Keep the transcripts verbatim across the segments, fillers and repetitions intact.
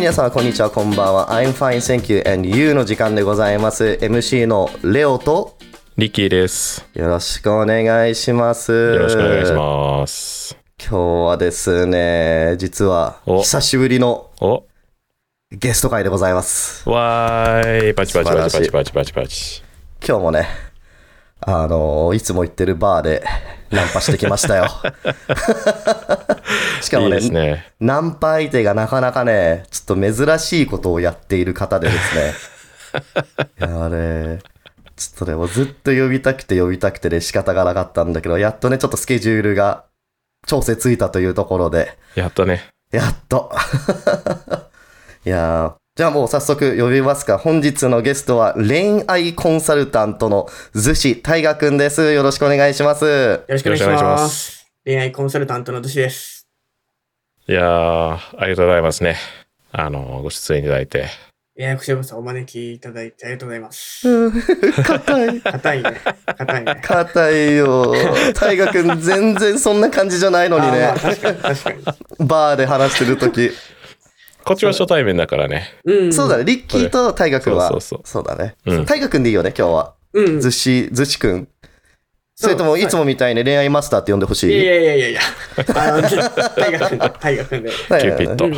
皆さんこんにちは、こんばんは。 I'm fine, thank you and you の時間でございます。 エムシー のレオとリッキーです。 よろしくお願いします。 よろしくお願いします。 今日はですね、実は久しぶりのゲスト会でございます。 わーい、パチパチパチパチパチパチパチ。 今日もね、あのー、いつも行ってるバーでナンパしてきましたよ。しかもね、いいですね、ナンパ相手がなかなかね、ちょっと珍しいことをやっている方でですね。いやあれ、ちょっとね、もうずっと呼びたくて呼びたくてね、仕方がなかったんだけど、やっとね、ちょっとスケジュールが調整ついたというところで。 やっとね。 やっと。いやー。じゃあもう早速呼びますか。本日のゲストは恋愛コンサルタントの逗子大河くんです。よろしくお願いします。よろしくお願いします。恋愛コンサルタントの逗子です。 いやー、ありがとうございますね。あの、ご出演いただいて。 いや、こちらこそお招きいただいてありがとうございます。 硬い。 硬いね。硬いね。 硬いよ。大河くん全然そんな感じじゃないのにね。 まあ、確かに確かに。 バーで話してるとき。 こっちは初対面だからね。 うん、そうだね。リッキーと大河くんは。 そうそうそう。 そうだね。 うん、 大河くんでいいよね、今日は。 うん。 逗子、逗子くん。それともいつもみたいに恋愛マスターって呼んでほしい？ いやいやいやいや。あの、大河くんで、大河くんで。 キューピッド。うん、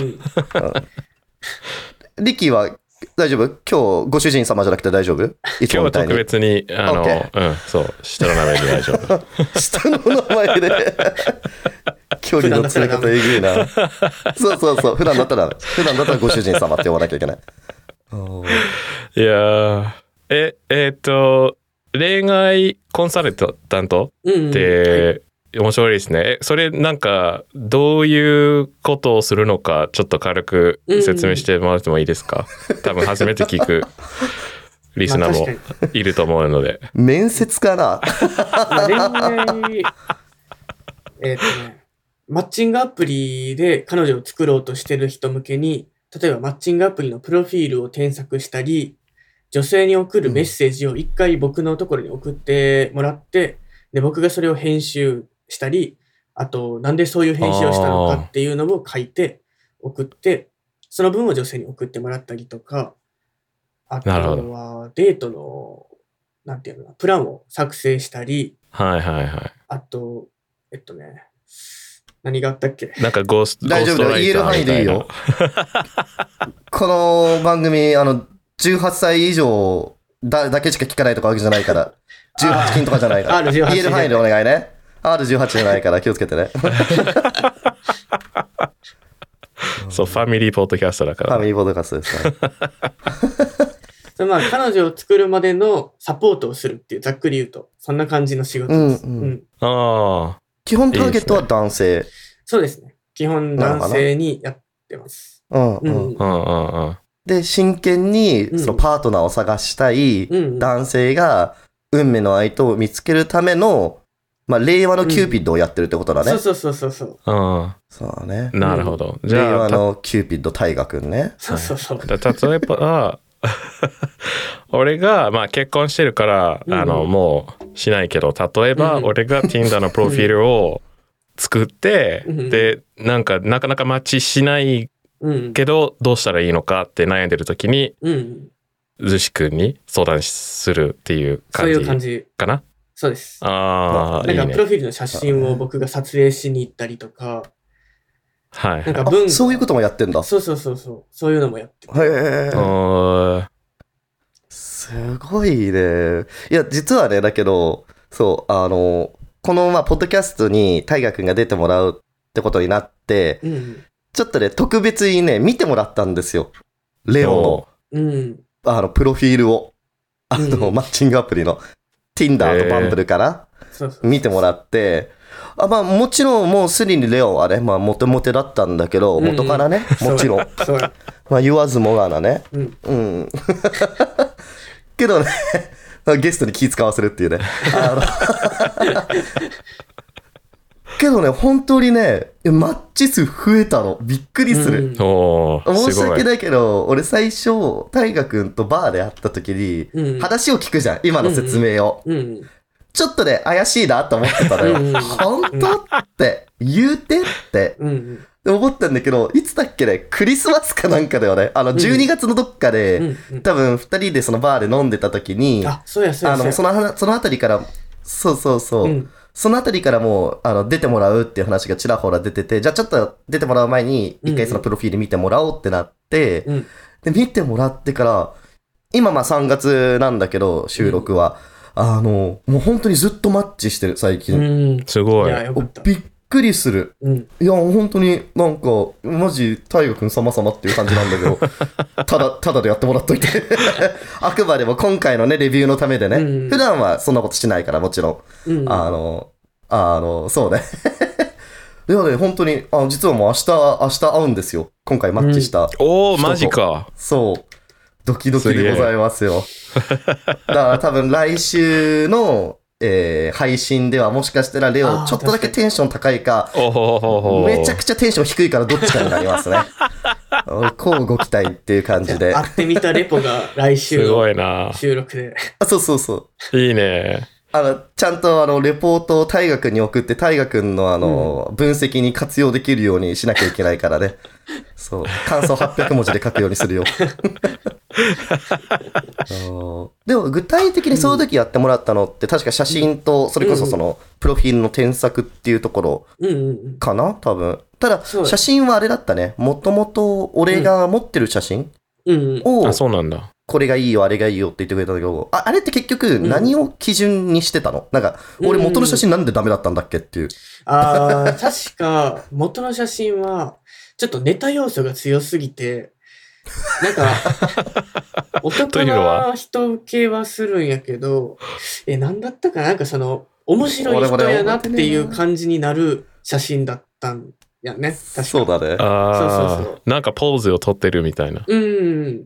リッキーは大丈夫？今日ご主人様じゃなくて大丈夫？ いつもみたいに今日は特別に、あの、うん、そう、下の名前で大丈夫。 下の名前で。距離の詰め方えぐいな。そうそうそう。普段だったら、普段だったらご主人様って呼ばなきゃいけない。 いやー、え、えー、っと、恋愛コンサルタントって面白いですね。え、それなんか、どういうことをするのか、ちょっと軽く説明してもらってもいいですか？多分初めて聞くリスナーもいると思うので。 面接かな？ 恋愛、えー、っとね、マッチングアプリで彼女を作ろうとしてる人向けに、例えばマッチングアプリのプロフィールを添削したり、女性に送るメッセージを一回僕のところに送ってもらって、で、僕がそれを編集したり、あと、なんでそういう編集をしたのかっていうのを書いて送って、その分を女性に送ってもらったりとか、あとはデートの、なんていうのかな、プランを作成したり、 はいはいはい。 あと、えっとね、何があったっけ？ なんかゴースト、 大丈夫だよ。言える範囲でいいよ。この番組、あの、じゅうはっさい以上だ, だけしか聞かないとかわけじゃないから。じゅうはち禁とかじゃないから。言える範囲でお願いね。アールじゅうはち じゃないから気をつけてね。 そう、ファミリーポッドキャストだから。 ファミリーポッドキャストですね。 そまあ、彼女を作るまでのサポートをするっていう、ざっくり言うと、そんな感じの仕事です。 うんうん。 ああ。 基本ターゲットは男性。いいね、 そうですね。基本男性にやってます。 うんうん。うんうんうん。で、真剣にそのパートナーを探したい男性が運命の相手を見つけるための、まあ、令和のキューピッドをやってるってことだね。 うん、そうそうそうそう。 うん。 そうね。 なるほど。 じゃあ、令和のキューピッド大河くんね。 そうそうそう。 例えば、俺が、まあ、結婚してるから、うん、あの、もうしないけど、例えば、俺が Tinder のプロフィールを作って、うん、で、なんか、なかなかマッチしないけど、どうしたらいいのかって悩んでるときに、逗子くんに相談するっていう感じかな。そういう感じかな。 そうです。 ああ、 なんかプロフィールの写真を僕が撮影しに行ったりとか、 はい。 なんか文そういうこともやってんだ。 そうそうそうそう、そういうのもやってる。へえ。すごいね。いや、実はね、だけど、そう、あの、この、まあ、ポッドキャストに大河くんが出てもらうってことになって、うん、ちょっとね、特別にね、見てもらったんですよ。レオの、 うん、 あの、プロフィールを。あの、うん、マッチングアプリの。Tinder とバンブルから見てもらって、あ、まあもちろんもうすでにレオはね、まあモテモテだったんだけど、元からね、うん、もちろん。まあ言わずもがなね。うん。うん、けどね、ゲストに気使わせるっていうね。あのけどね、本当にね、マッチ数増えたの。びっくりする。うん、 お申し訳ないけど、俺最初、大河くんとバーで会った時に、うん、話を聞くじゃん、今の説明を。うんうん、ちょっとね、怪しいなと思ってたのよ。うんうん、本当って、言うてって。うんうん、 で思ったんだけど、いつだっけね、クリスマスかなんかだよね。あの、じゅうにがつのどっかで、 うんうん、 多分二人でそのバーで飲んでた時に、 あ、そうやそうやあの、その、そのあたりから、そうそうそう、うん、そのあたりからもう、あの、出てもらうっていう話がちらほら出てて、じゃあちょっと出てもらう前に、一回そのプロフィール見てもらおうってなって、うん、で、見てもらってから、今まあさんがつなんだけど、収録は。うん、あの、もう本当にずっとマッチしてる、最近。 うん、すごい。 いびっくりする。うん、いや、本当になんか、マジ、大河君様々っていう感じなんだけど、ただ、ただでやってもらっといて。あくまでも今回のね、レビューのためでね、うん、普段はそんなことしないから、もちろん。うん、あの、あの、そうね。いやね、本当に、あ実はもう明日、明日会うんですよ。今回マッチした。うん、 おー、マジか。 そう。ドキドキでございますよ。だから多分来週の、えー、配信ではもしかしたらレオちょっとだけテンション高いか、めちゃくちゃテンション低いからどっちかになりますね。こうご期待っていう感じで。 会ってみたレポが来週の収録で。 あ、そうそうそう。 いいね。 あの、ちゃんとあの、レポートを大河君に送って、大河君のあの、うん、分析に活用できるようにしなきゃいけないからね。そう。感想はっぴゃくもじで書くようにするよ。でも具体的にその時やってもらったのって確か写真とそれこそそのプロフィールの添削っていうところかな多分。ただ写真はあれだったね。もともと俺が持ってる写真をあ、そうなんだ。 これがいいよあれがいいよって言ってくれたんだけど、あ、あれって結局何を基準にしてたの？なんか俺元の写真なんでダメだったんだっけっていう。 ああ、確か元の写真はちょっとネタ要素が強すぎて、なんか、男の人受けはするんやけど、え、なんだったかななんかその、面白い人やなっていう感じになる写真だったんやね。確かに。 そうだね。 あそうそうそう。なんかポーズを撮ってるみたいな。 うん。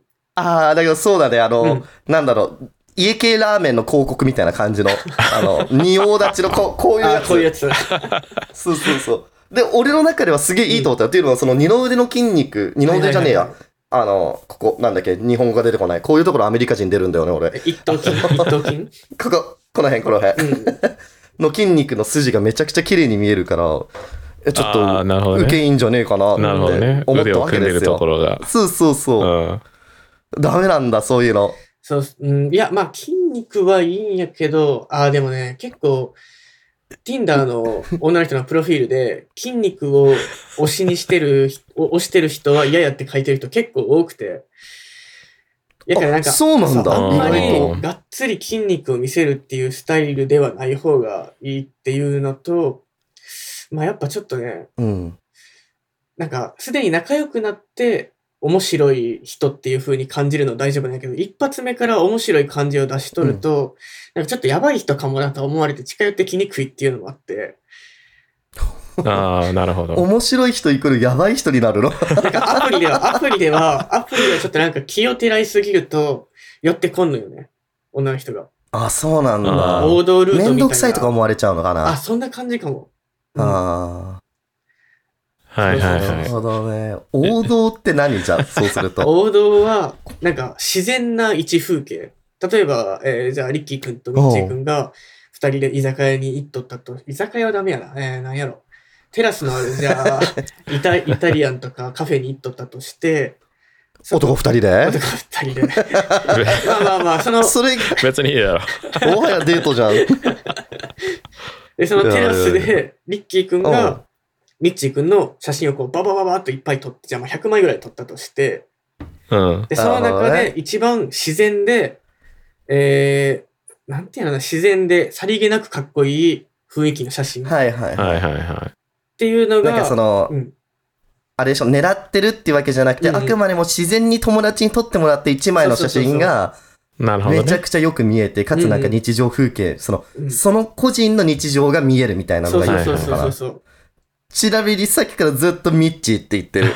ああ、だけどそうだね。あの、うん、なんだろう。家系ラーメンの広告みたいな感じの、あの、仁王立ちのここういうやつ。 こういうやつ。 そうそうそう。で、俺の中ではすげえいいと思った。うん、っていうのは、その二の腕の筋肉、二の腕じゃねえや。はいはいはいはい、あの、ここ、なんだっけ、日本語が出てこない。こういうところアメリカ人出るんだよね、俺。 一頭筋一頭筋ここ、この辺、この辺。うん、の筋肉の筋がめちゃくちゃ綺麗に見えるから、ちょっと、ね、受けいいんじゃねえかなって思ったわけですよ。そうそうそう。うん、ダメなんだ、そういうの。 そう、うん、いや、まあ、筋肉はいいんやけど、ああ、でもね、結構、Tinder の女の人のプロフィールで筋肉を推しにしてる、推してる人は嫌やって書いてる人結構多くて。だからなんか、 そうなんだ。 あんまりがっつり筋肉を見せるっていうスタイルではない方がいいっていうのと、まあやっぱちょっとね、うん、なんかすでに仲良くなって面白い人っていう風に感じるのは大丈夫なんだけど、一発目から面白い感じを出しとると、うん、なんかちょっとやばい人かもなと思われて近寄ってきにくいっていうのもあって。 ああ、なるほど。 面白い人イコールやばい人になるの？ なんかアプリでは、アプリでは、アプリではちょっとなんか気をてらいすぎると寄ってこんのよね。女の人が。 あ、そうなんだ。 王道ルートみたいな。 めんどくさいとか思われちゃうのかな。 あ、そんな感じかも。 うん、ああ。はいはいはい。 なるほどね。王道って何じゃそうすると。 王道は、なんか自然な一風景。例えば、えー、じゃあ、リッキーくんとミッチーくんが二人で居酒屋に行っとったと。居酒屋はダメやな。えー、なんやろ。テラスのある、じゃあ、イタ、イタリアンとかカフェに行っとったとして、 男二人で男二人で。まあまあまあ、その、 それ別にいいやろ。 もはやデートじゃん。 で、そのテラスで、リッキーくんが、ミッチーくんの写真をこう、ババババッといっぱい撮って、じゃあまあひゃくまいぐらい撮ったとして、 うん、 で、その中で一番自然で、えー、なんていうのかな、自然でさりげなくかっこいい雰囲気の写真。 はいはいはいはいはい。 っていうのが、 なんかその、うん、あれでしょ、狙ってるっていうわけじゃなくて、うんうん、あくまでも自然に友達に撮ってもらって一枚の写真が、めちゃくちゃよく見えて、かつなんか日常風景、うん、その、うん、その個人の日常が見えるみたいなのがいいのかな。そうそうそうそう。ちなみにさっきからずっとミッチーって言ってる。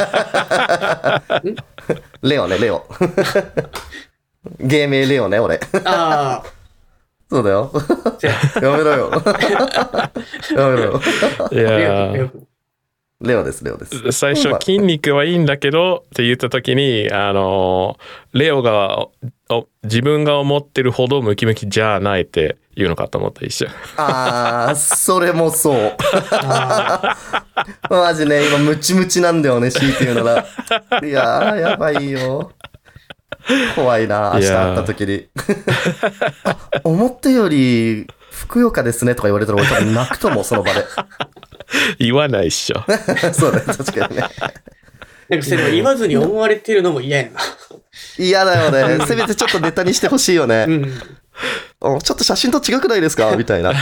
レオね、レオ。芸名レオね、俺。 ああ。 そうだよ。やめろよ。やめろよ。 いやレオです、レオです。 最初、筋肉はいいんだけどって言った時に、あの、レオが自分が思ってるほどムキムキじゃないって言うのかと思った一緒。 ああ、それもそう。 マジね、今ムチムチなんだよね、強いて言うなら。いやー、やばいよ。怖いな、明日会った時に。あ、思ったより、ふくよかですねとか言われたら俺多分泣くと思う、その場で。 言わないっしょ。 そうね、確かにね。 なんかそれを言わずに思われてるのも嫌やな。 嫌だよね。せめてちょっとネタにしてほしいよね。 うん。 ちょっと写真と違くないですかみたいな。うん、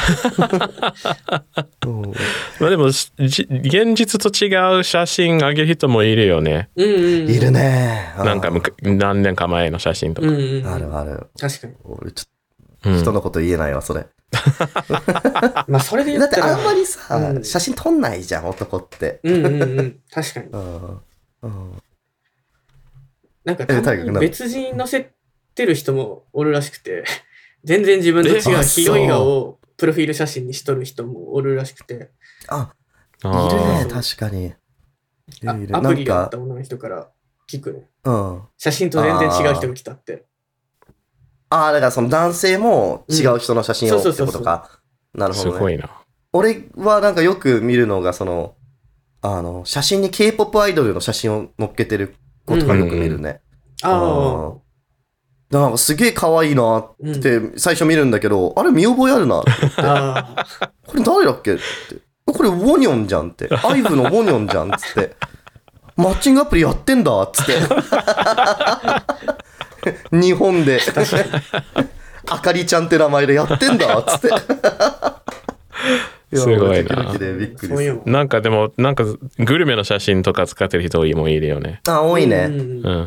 まあでも、じ現実と違う写真あげる人もいるよね。 うんうんうん。 いるね。 なんかむか何年か前の写真とか。 うんうんうん。 あるある。 確かに。 俺ちょっと人のこと言えないわ、それ。 まあそれで言だっら。 ったてあんまりさ、 うん、 写真撮んないじゃん、男って。 うんうんうん。確かに。 うんうん、 なんかたまに別人載せてる人もおるらしくて、全然自分と違うひどい顔をプロフィール写真にしとる人もおるらしくて。 あ、いるね、確かに。 あアプリがあった女の人から聞くね。 うん。 写真と全然違う人が来たって。 ああ、だからその男性も違う人の写真をってことか。なるほどね。 すごいな。 俺はなんかよく見るのが、その、あの、写真に K-ポップ アイドルの写真を載っけてる子とかよく見るね。 うん、ああ。 なんかすげえ可愛いなって最初見るんだけど、うん、あれ見覚えあるなって思って。あこれ誰だっけって。これウォニョンじゃんって。アイブのウォニョンじゃんっつって。マッチングアプリやってんだっつって。日本で。あかりちゃんって名前でやってんだっつって。 すごいな。 びっくりする。 なんかでも、なんかグルメの写真とか使ってる人もいるよね。 あ、多いね。 うん。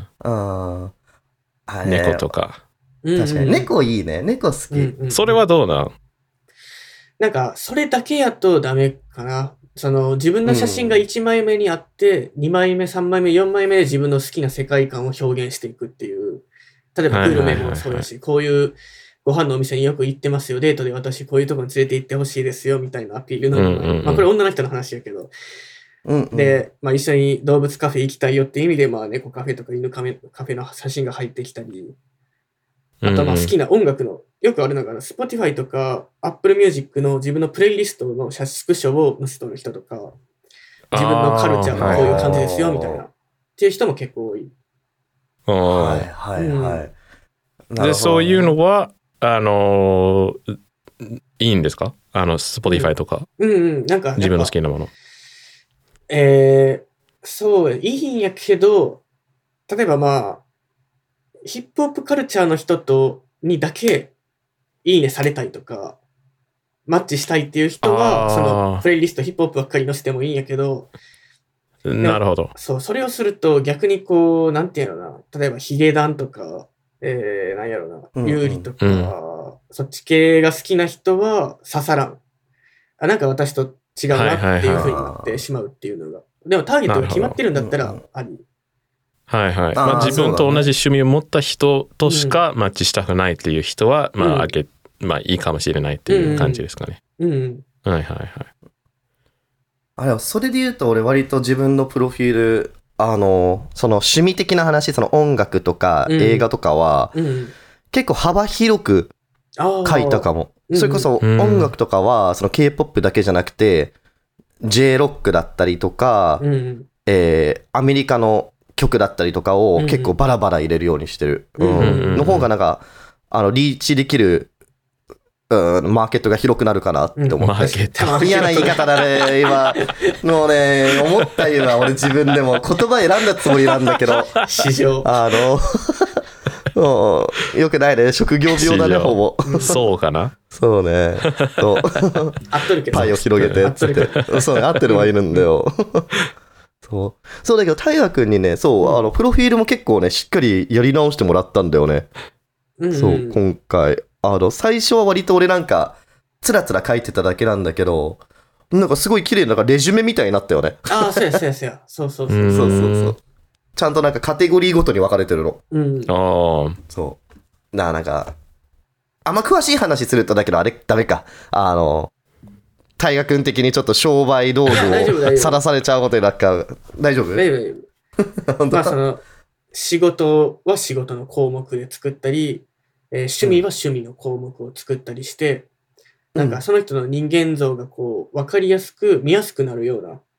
ああ猫とか。 確かに。猫いいね。猫好き。 うんうん、それはどうなん？ なんか、それだけやとダメかな。その、自分の写真がいちまいめにあって、うん、にまいめ、さんまいめ、よんまいめで自分の好きな世界観を表現していくっていう。例えばグルメもそうだし、こういうご飯のお店によく行ってますよ。デートで私こういうとこに連れて行ってほしいですよ。みたいなアピールの。うんうんうん、まあこれ女の人の話やけど。うんうん、で、まあ一緒に動物カフェ行きたいよっていう意味で、まあ猫カフェとか犬カフェ、カフェの写真が入ってきたり。あとまあ好きな音楽の、よくあるのが、Spotify とか Apple Music の自分のプレイリストのスクショを載せとる人とか、自分のカルチャーがこういう感じですよ、みたいな。っていう人も結構多い。 はいはいはい。 うん、で、そういうのは、あのー、いいんですか？あの、Spotify とか。 うん、うんうん、なんか。 自分の好きなもの。 えー、そう、いいんやけど、例えばまあ、ヒップホップカルチャーの人と、にだけ、いいねされたいとか、マッチしたいっていう人は、その、プレイリストヒップホップばっかり載せてもいいんやけど、 なるほど。 そう、それをすると逆にこう、なんていうのな、例えばヒゲダンとか、えー、なんやろな、ユーリとか、うん、そっち系が好きな人は刺さらん。あ、なんか私と違うなっていう風になってしまうっていうのが。でもターゲットが決まってるんだったら、あり。 はいはい。まあ自分と同じ趣味を持った人としかマッチしたくないっていう人は、うん、まああげ、まあいいかもしれないっていう感じですかね。 うん、うん。 はいはいはい。 あれ、それで言うと俺割と自分のプロフィール、あの、その趣味的な話、その音楽とか映画とかは、うんうん、結構幅広く書いたかも。それこそ音楽とかは、その K-ポップ だけじゃなくて、J ロックだったりとか、うん、えー、アメリカの曲だったりとかを結構バラバラ入れるようにしてる。うんうん、の方がなんか、あの、リーチできる、うん、マーケットが広くなるかなって思って。うん、マーケット。嫌な言い方だね、今。もうね、思った今、俺自分でも言葉選んだつもりなんだけど。 市場。 あの、よくないね。職業病だね、ほぼ。 そうかな。 そうね。そう。 合ってるけど。 パイを広げて、つって。そうね、合ってるはいるんだよ。そう。そうだけど、大河君にね、そう、あの、プロフィールも結構ね、しっかりやり直してもらったんだよね。うんうん、そう、今回。あの、最初は割と俺なんか、つらつら書いてただけなんだけど、なんかすごい綺麗な、なんかレジュメみたいになったよね。 ああ、そうやそうやそうや。そうそうそう。 そうそうそう。ちゃんとなんかカテゴリーごとに分かれてるの。 うん。 ああ。 そう。なあ、なんか、あんま詳しい話するとだけど、あれ、ダメか。あの、大河君的にちょっと商売道具をさらされちゃうことになっちゃう。大丈夫？ 大丈夫。本当？まあその、仕事は仕事の項目で作ったり、えー、趣味は趣味の項目を作ったりして、うん、なんかその人の人間像がこう、わかりやすく、見やすくなるような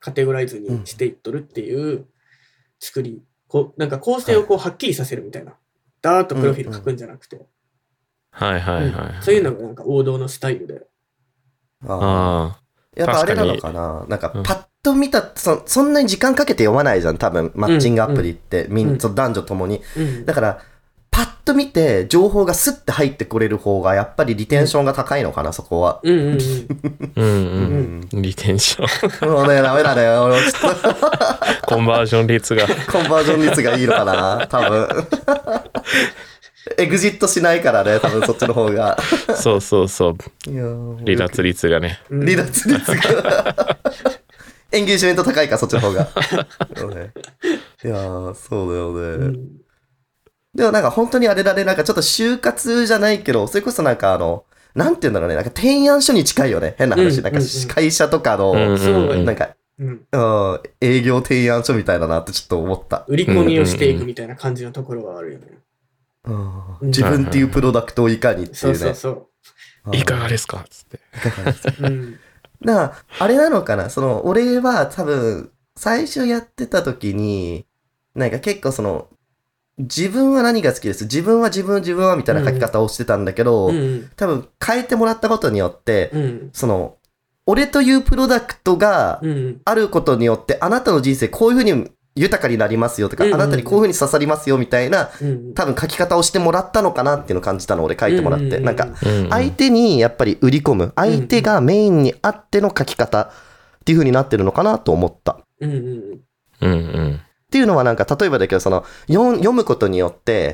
カテゴライズにしていっとるっていう作り、うん、こうなんか構成をこうはっきりさせるみたいな、はい、ダーッとプロフィール書くんじゃなくて、うんうん、 はいはいはい、はいうん、そういうのがなんか王道のスタイルで。 ああ。やっぱあれなのかな、なんかパッと見た、そ、そんなに時間かけて読まないじゃん、多分、マッチングアプリって、うん、みん、うん、男女ともに、うん。だから、パッと見て、情報がスッて入ってこれる方が、やっぱりリテンションが高いのかな、そこは。 うんうんうん。 うんうん。リテンション。もうね、ダメだね、俺ちょっと。 コンバージョン率が。 コンバージョン率がいいのかな、多分。エグジットしないからね、多分そっちの方が。 そうそうそう。離脱率がね。 離脱率が。エンゲージメント高いか、そっちの方が。いやー、そうだよね。うん、でもなんか本当にあれだね、なんかちょっと就活じゃないけど、それこそなんかあの、なんて言うんだろうね、なんか提案書に近いよね、変な話。うん、なんか会社とかの、うん、なんか、うんうん、営業提案書みたいだなってちょっと思った。 売り込みをしていくみたいな感じのところはあるよね。 うん、自分っていうプロダクトをいかにっていうね。そうそうそう。 いかがですかつって。いかがですか、 うん、だから、あれなのかな、その、俺は多分、最初やってた時に、なんか結構その、自分は何が好きです。自分は自分自分はみたいな書き方をしてたんだけど、うんうん、多分変えてもらったことによって、うん、その、俺というプロダクトがあることによって、あなたの人生こういうふうに豊かになりますよとか、うんうんうん、あなたにこういう風に刺さりますよみたいな、うんうん、多分書き方をしてもらったのかなっていうのを感じたの、俺書いてもらって。うんうんうん、なんか、相手にやっぱり売り込む。相手がメインにあっての書き方っていう風になってるのかなと思った。 うんうん。うんうん。 っていうのはなんか、例えばだけど、その、読むことによって、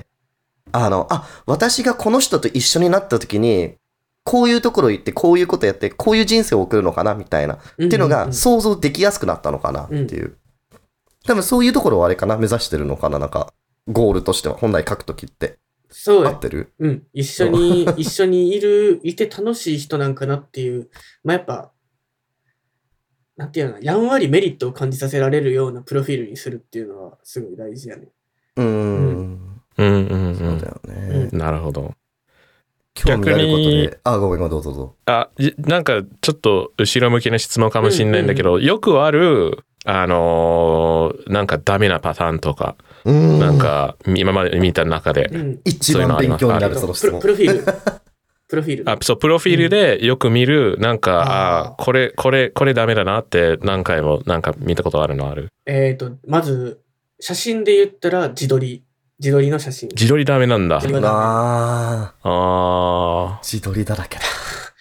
あの、あ、私がこの人と一緒になった時に、こういうところ行って、こういうことやって、こういう人生を送るのかなみたいな。っていうのが想像できやすくなったのかなっていう。うん、多分そういうところをあれかな目指してるのかななんか、ゴールとしては、本来書くときって。 そう。 合ってる？ うん。一緒に、一緒にいる、いて楽しい人なんかなっていう。まあ、やっぱ、なんていうのかな、やんわりメリットを感じさせられるようなプロフィールにするっていうのは、すごい大事やね。 うーん。うんうんうんうん。 そうだよね。 うん、なるほど。 興味あることで。あ、ごめんごめん、どうぞどうぞ。 あ、なんか、ちょっと、後ろ向きな質問かもしれないんだけど、うんうん、よくある、あのー、なんかダメなパターンとか、んなんか今まで見た中で、うん、 一番勉強になるその質問。 プロフィール。プロフィール。 あ、そう、プロフィールでよく見る、なんか、うん、ああ、これ、これ、これダメだなって何回もなんか見たことあるのある。 えっと、まず、写真で言ったら自撮り。自撮りの写真。 自撮りダメなんだ。 ああ。ああ。 自撮りだらけだ。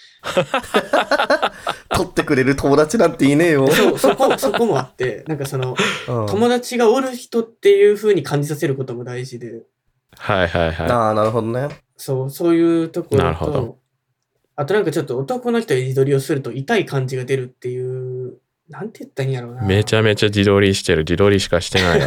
撮ってくれる友達なんていねえよ。 そう、そこ、そこもあって、なんかその、うん、友達がおる人っていう風に感じさせることも大事で。 はいはいはい。 ああ、なるほどね。 そう、そういうところと、 なるほど。 あとなんかちょっと男の人で自撮りをすると痛い感じが出るっていう、なんて言ったらいいんやろうな。 めちゃめちゃ自撮りしてる。自撮りしかしてない。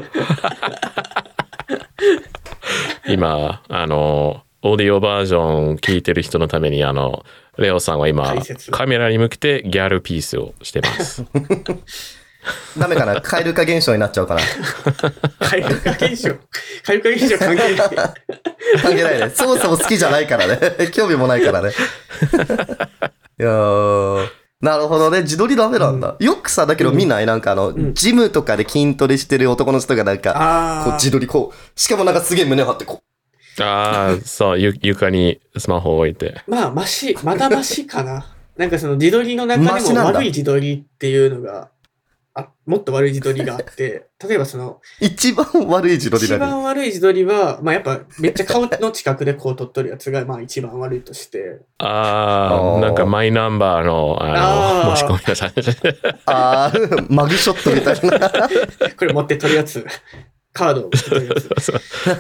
今、あの、オーディオバージョン聞いてる人のために、あの、レオさんは今、カメラに向けてギャルピースをしてます。 ダメかな蛙化現象になっちゃうかな蛙化現象蛙化現象関係ない。 関係ないね。そもそも好きじゃないからね。興味もないからね。いやー。なるほどね。自撮りダメなんだ。うん、よくさ、だけど見ない、うん、なんかあの、うん、ジムとかで筋トレしてる男の人がなんか、こう自撮りこう、しかもなんかすげえ胸張ってこう。ああ、そう、ゆ床にスマホを置いて。 まあ、マシ、まだマシかな。なんかその自撮りの中でも悪い自撮りっていうのが、あ、もっと悪い自撮りがあって、例えばその、 一番悪い自撮りだね。一番悪い自撮りは、まあやっぱめっちゃ顔の近くでこう撮っとるやつが、まあ一番悪いとして。 ああ、なんかマイナンバーの、あの、申し込みなさい。 ああ、マグショットみたいな。 これ持って撮るやつ。カードを持って撮るやつ。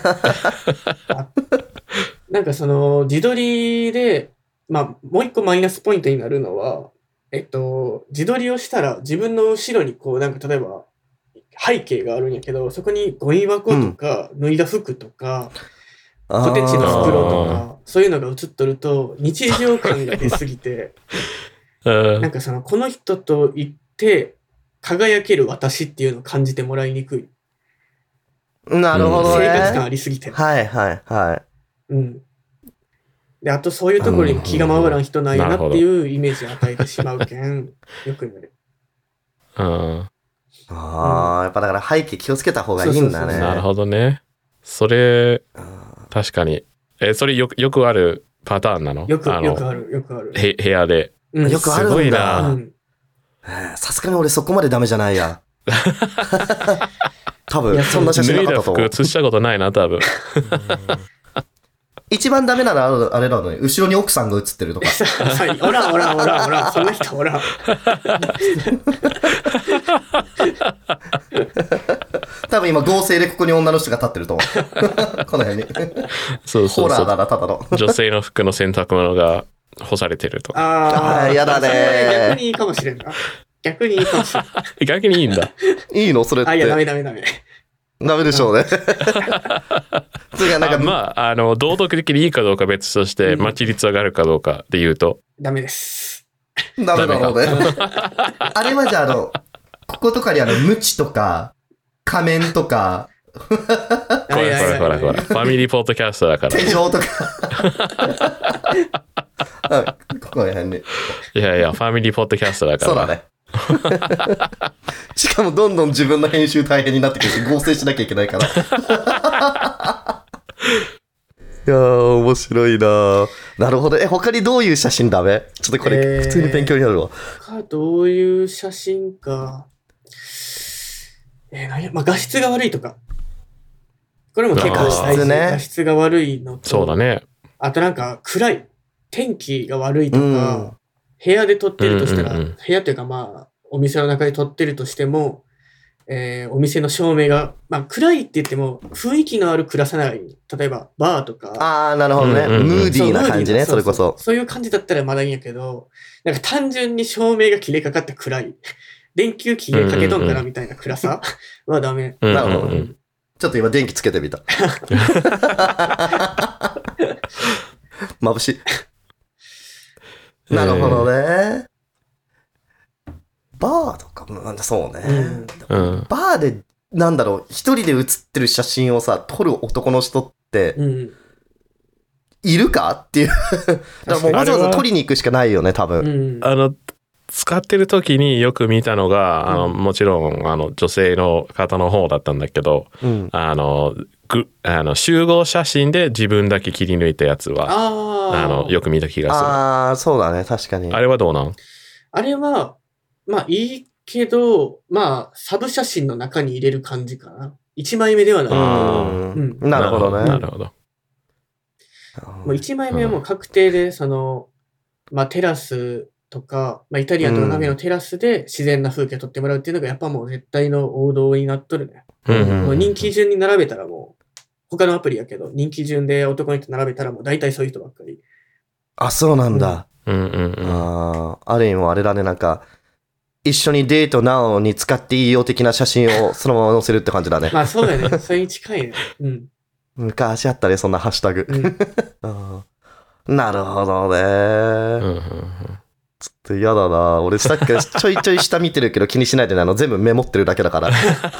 なんかその、自撮りで、まあもう一個マイナスポイントになるのは、えっと、自撮りをしたら自分の後ろにこうなんか例えば背景があるんやけど、そこにゴミ箱とか、うん、脱いだ服とか、ポテチの袋とか、そういうのが映っとると日常感が出すぎて、なんかその、この人と言って輝ける私っていうのを感じてもらいにくい。 なるほどね。 生活感ありすぎて。 はいはいはい。 うん。で、あとそういうところに気が回らん人なんやなっていうイメージを与えてしまうけん、よく言われる。 ううんああ、やっぱだから背景気をつけた方がいいんだね。 なるほどね。それ確かにえそれよくよくあるパターンなの？ よくあのよくあるよくある。 へ部屋で、 うん、 よくあるんだ。 すごいな。 うんさすがに俺そこまでダメじゃないや。多分そんな写真脱ないかったと思う。 だ服写したことないな多分。 一番ダメなのはあれなのに後ろに奥さんが写ってるとか。 おらんおらんおらんおらん、そんな人おらん。 多分今合成でここに女の人が立ってると思う。この辺に。 そうそうそう。 ホラーだな、ただの。 女性の服の洗濯物が干されてると。 ああーやだねー。 逆にいいかもしれんな。逆にいいかもしれん。 逆にいいんだ。 いいのそれって。 あ、いや、ダメダメダメ。 ダメでしょうね。次はなんか、 あまあ、あの、道徳的にいいかどうか別として、マッチ率上がるかどうかで言うと。 ダメです。 ダメだろうね。あれはじゃあ、あの、こことかにあの、ムチとか、仮面とか、 ほらほらほらほら。ファミリーポッドキャストだから。 手錠とか。あここら辺に。 いやいや、ファミリーポッドキャストだから。 そうだね。しかもどんどん自分の編集大変になってくるし、合成しなきゃいけないから。いやー、面白いなー。なるほど。え、他にどういう写真ダメ？ちょっとこれ、普通に勉強になるわ。 他どういう写真か。えー、なんや、まあ、画質が悪いとか。これも結構大事。 ね、 画質が悪いのと。 そうだね。 あとなんか暗い。天気が悪いとか、 うん、 部屋で撮ってるとしたら、 うんうんうん、 部屋というかまあ、お店の中で撮ってるとしても、えー、お店の照明が、まあ暗いって言っても雰囲気のある暗さない。例えばバーとか。 ああ、なるほどね。 うんうんうん、 ムーディーな感じね、それこそ。 そういう感じだったらまだいいんやけど、なんか単純に照明が切れかかって暗い。電球切れかけとんかなみたいな暗さはダメ。 なるほど。ちょっと今電気つけてみた。眩しい。なるほどね。バーとかもなんだそうね、うん。バーで、なんだろう、一人で写ってる写真をさ、撮る男の人って、うん、いるかっていう。だからもうわざわざ撮りに行くしかないよね、多分。 うん、あの、使ってる時によく見たのが、あの、もちろん、あの、女性の方の方だったんだけど、うん、あの、ぐあの集合写真で自分だけ切り抜いたやつはあのよく見た気がする。 ああ、そうだね、確かに。 あれはどうなん？ あれはまあいいけど、まあサブ写真の中に入れる感じかな。一枚目ではない。 うんうん、なるほどね。 なるほど。 もう一枚目はもう確定でその、まあテラスとか、まあイタリアンとか鍋のテラスで自然な風景を撮ってもらうっていうのがやっぱもう絶対の王道になっとるね。うんうんうん、もう人気順に並べたらもう他のアプリやけど、人気順で男の人並べたらもう大体そういう人ばっかり。 あ、そうなんだ。 うんうんうん、 あある意味あれだね、なんか、一緒にデートなおに使っていいよ的な写真をそのまま載せるって感じだね。 まあそうだね。それに近いね。うん。 昔あったね、そんなハッシュタグ。うん、なるほどね、うんうんうん。ちょっと嫌だな。俺さっきからちょいちょい下見てるけど気にしないでね、あの全部メモってるだけだから。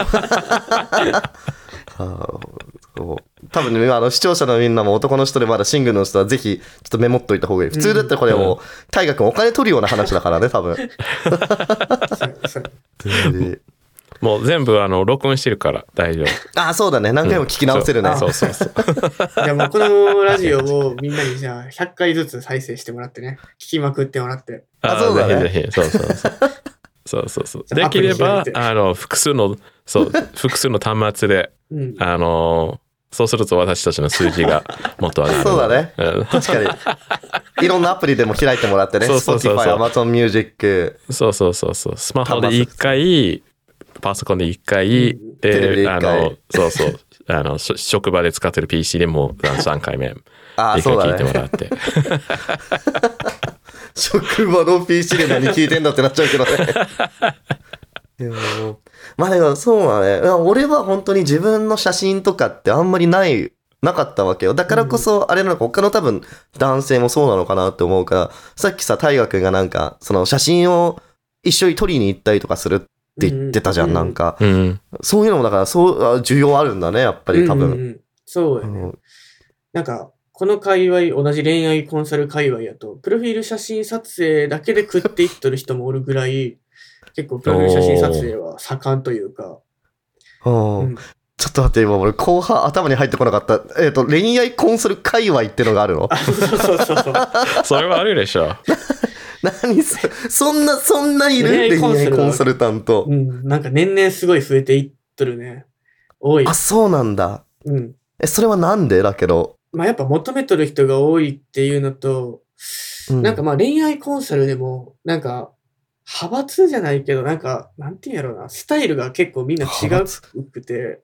多分ね、あの視聴者のみんなも男の人でまだシングルの人はぜひちょっとメモっといた方がいい。普通だったらこれもう大河君お金取るような話だからね、多分。 もう全部あの録音してるから大丈夫。 ああ、そうだね。何回も聞き直せるね。 うん、そうそうそう。 じゃあもうこのラジオをみんなにじゃあひゃっかいずつ再生してもらってね。聞きまくってもらって。 あ、そうだね。 ぜひぜひ。そうそうそう。そうそうそう。できれば、あの、複数の、そう、複数の端末で、うん、あの、そうすると私たちの数字がもっと上がる。 そうだね。確かに。いろんなアプリでも開いてもらってね。 そうそうそうそう。 Spotify、Amazon Music。 そうそうそうそう。スマホで一回、パソコンで一回、うん、で、あの、そうそう。あの、職場で使ってる ピーシー でもさんかいめ。 ああ、そうだね。 聞いてもらって。 職場の ピーシー で何聞いてんだってなっちゃうけどね。まあでもそうだね。俺は本当に自分の写真とかってあんまりない、なかったわけよ。だからこそ、あれなのか、他の多分男性もそうなのかなって思うから、さっきさ、大河君がなんか、その写真を一緒に撮りに行ったりとかするって言ってたじゃん、うん、なんか、うん。そういうのもだから、そう、需要あるんだね、やっぱり多分。うんうん、 そうだね、うん。なんか、この界隈、同じ恋愛コンサル界隈やと、プロフィール写真撮影だけで食っていっとる人もおるぐらい、 結構プロフィール写真撮影は盛んというか。 うん、ちょっと待って、今俺後半頭に入ってこなかった。えっと、恋愛コンサル界隈ってのがあるの？ あ、そうそうそうそう。 それはあるでしょ。 何そそんな、そんないる恋愛コンサルタント。 うん、なんか年々すごい増えていっとるね。多い。 あ、そうなんだ。 うん。 え、それはなんでだけど。 まあやっぱ求めとる人が多いっていうのと、うん、なんかまあ恋愛コンサルでも、なんか、派閥じゃないけど、なんか、なんていうんやろうな、スタイルが結構みんな違うくて、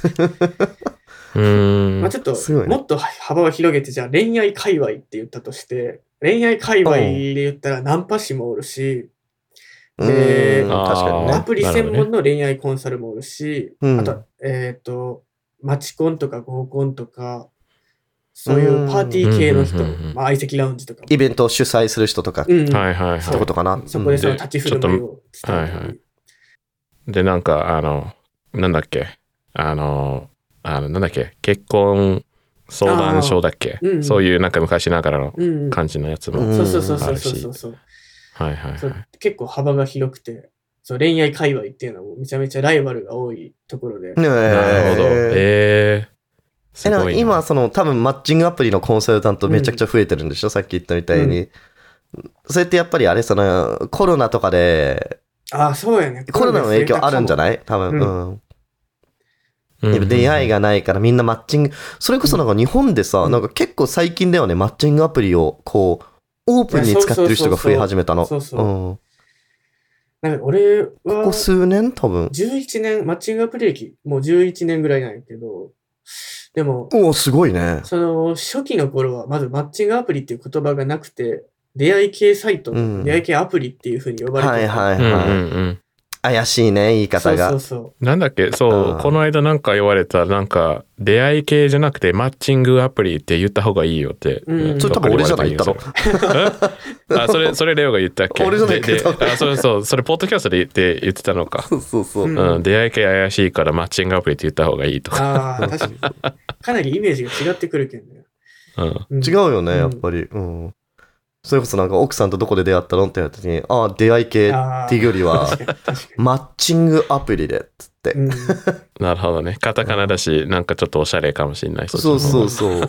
うんまあちょっと、もっと幅を広げて、じゃあ恋愛界隈って言ったとして、恋愛界隈で言ったらナンパ師もおるし、 で、確かにね、 アプリ専門の恋愛コンサルもおるし、ね、あと、えっ、ー、と、マチコンとか合コンとか、そういうパーティー系の人、まあ、相席ラウンジとか。 イベントを主催する人とか。 うん、はいはいはい。 ってことかな。 そこでその立ち振る舞いを伝えはいはい。で、なんか、あの、なんだっけ、あの、あの、なんだっけ、結婚相談所だっけ、うん、そういうなんか昔ながらの感じのやつもあるし。 そうそうそうそうそう。 はいはい、はい、 結構幅が広くて、そう恋愛界隈っていうのもめちゃめちゃライバルが多いところで。 えー、 なるほど。えーえな今その多分マッチングアプリのコンサルタントめちゃくちゃ増えてるんでしょ、うん、さっき言ったみたいに、うん、それってやっぱりあれそのコロナとかであそうやねコロナの影響あるんじゃない多分、うんうん、出会いがないからみんなマッチングそれこそなんか日本でさ、うん、なんか結構最近だよねマッチングアプリをこうオープンに使ってる人が増え始めたのそうそうそうそう、うん、なんか俺はここ数年多分じゅういちねんマッチングアプリ歴もうじゅういちねんぐらいなんやけどでも、 おすごいね。 その初期の頃はまずマッチングアプリっていう言葉がなくて、出会い系サイト、うん、出会い系アプリっていう風に呼ばれてた。はいはいはい。うんうんうん怪しいね、言い方が。 そうそうそう。 なんだっけ、そう、この間なんか言われた、なんか、出会い系じゃなくて、マッチングアプリって言った方がいいよって。 うん、それ多分俺じゃない言ったの。あ、それ、それレオが言ったっけ俺じゃないけど。 あ、そうそう、それポッドキャストで言って言ってたのか。 そうそうそう。 うん、出会い系怪しいからマッチングアプリって言った方がいいとか。 ああ、確かに。かなりイメージが違ってくるけんね。 うん、 違うよね、やっぱり。うん。それこそなんか奥さんとどこで出会ったのって言われた時に、ああ、出会い系っていうよりは、マッチングアプリでっつって、うん。 なるほどね。カタカナだし、なんかちょっとおしゃれかもしれない。 そうそうそう。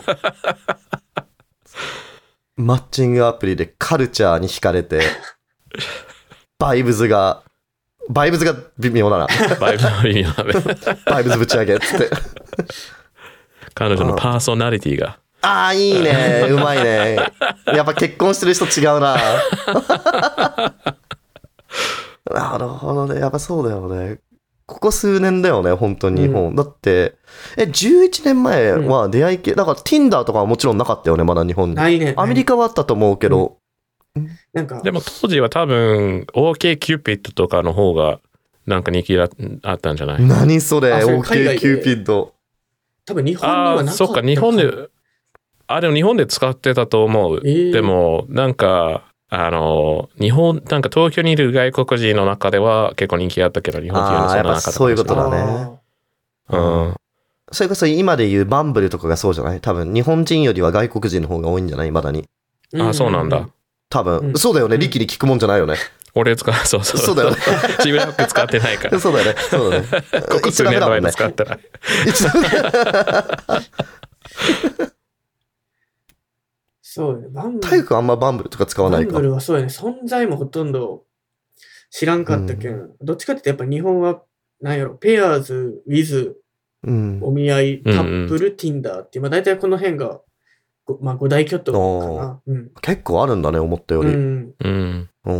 マッチングアプリでカルチャーに惹かれて、バイブズが、バイブズが微妙だな。 バイブズが微妙だね。 バイブズぶち上げっつって。 彼女のパーソナリティが。 ああ、いいね。うまいね。やっぱ結婚してる人違うな。なるほどね。やっぱそうだよね。ここ数年だよね、本当に日本。うん、だって、え、じゅういちねんまえは出会い系、うん、だから Tinder とかはもちろんなかったよね、まだ日本に。 ないね。 アメリカはあったと思うけど。 うん、なんかでも当時は多分、OK キューピッドとかの方が、なんか人気あったんじゃない？ 何それ、OK キューピッド。 多分日本にはなかったか。 あ、そっか、日本で、あ、でも日本で使ってたと思う。えー、でも、なんか、あの、日本、なんか東京にいる外国人の中では結構人気あったけど、日本人はそんななかった。 そういうことだね。 うん。 それこそ今で言うバンブルとかがそうじゃない？多分、日本人よりは外国人の方が多いんじゃない？まだに。 あ、そうなんだ。 多分、うん、そうだよね。リキに聞くもんじゃないよね。 俺使う、そうそう。 そうだよね。 しばらく使ってないから。 そうだよね。そうだね。 ここ数年前に使ってない。 そうね。バンブル。 タイクあんまバンブルとか使わないか。 バンブルはそうやね。存在もほとんど知らんかったけん。うん、どっちかってやっぱ日本は、なんやろ、ペアーズ、ウィズ、うん、お見合い、タップル、うん、Tinder っていう、まあ大体この辺が、まあ五大巨頭かな、うん。 結構あるんだね、思ったより。うん。うん、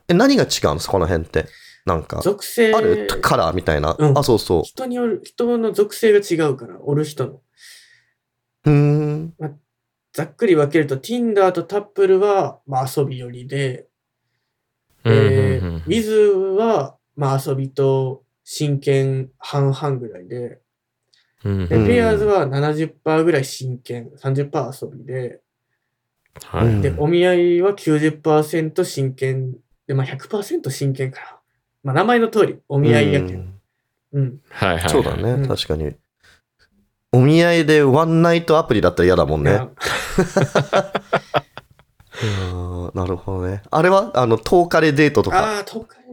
え、何が違うのこの辺って。なんか。 属性。 あるカラーみたいな。うん、あ、そうそう。 人による、人の属性が違うから、おる人の。 うーん。 まあざっくり分けると Tinder とタップルは、まあ、遊び寄りで、えー、Wiz は、まあ、遊びと真剣半々ぐらいで、でペアーズは ななじゅっパーセント ぐらい真剣、さんじゅっパーセント 遊びで、はい、でお見合いは きゅうじゅっパーセント 真剣で、まあ、ひゃくパーセント 真剣かな。まあ、名前の通り、お見合いやけん。うん。 はいはい。 そうだね、うん、確かに。お見合いでワンナイトアプリだったら嫌だもんね。なるほどね。あれはあの、とおかでデートとか。 ああ、とおかで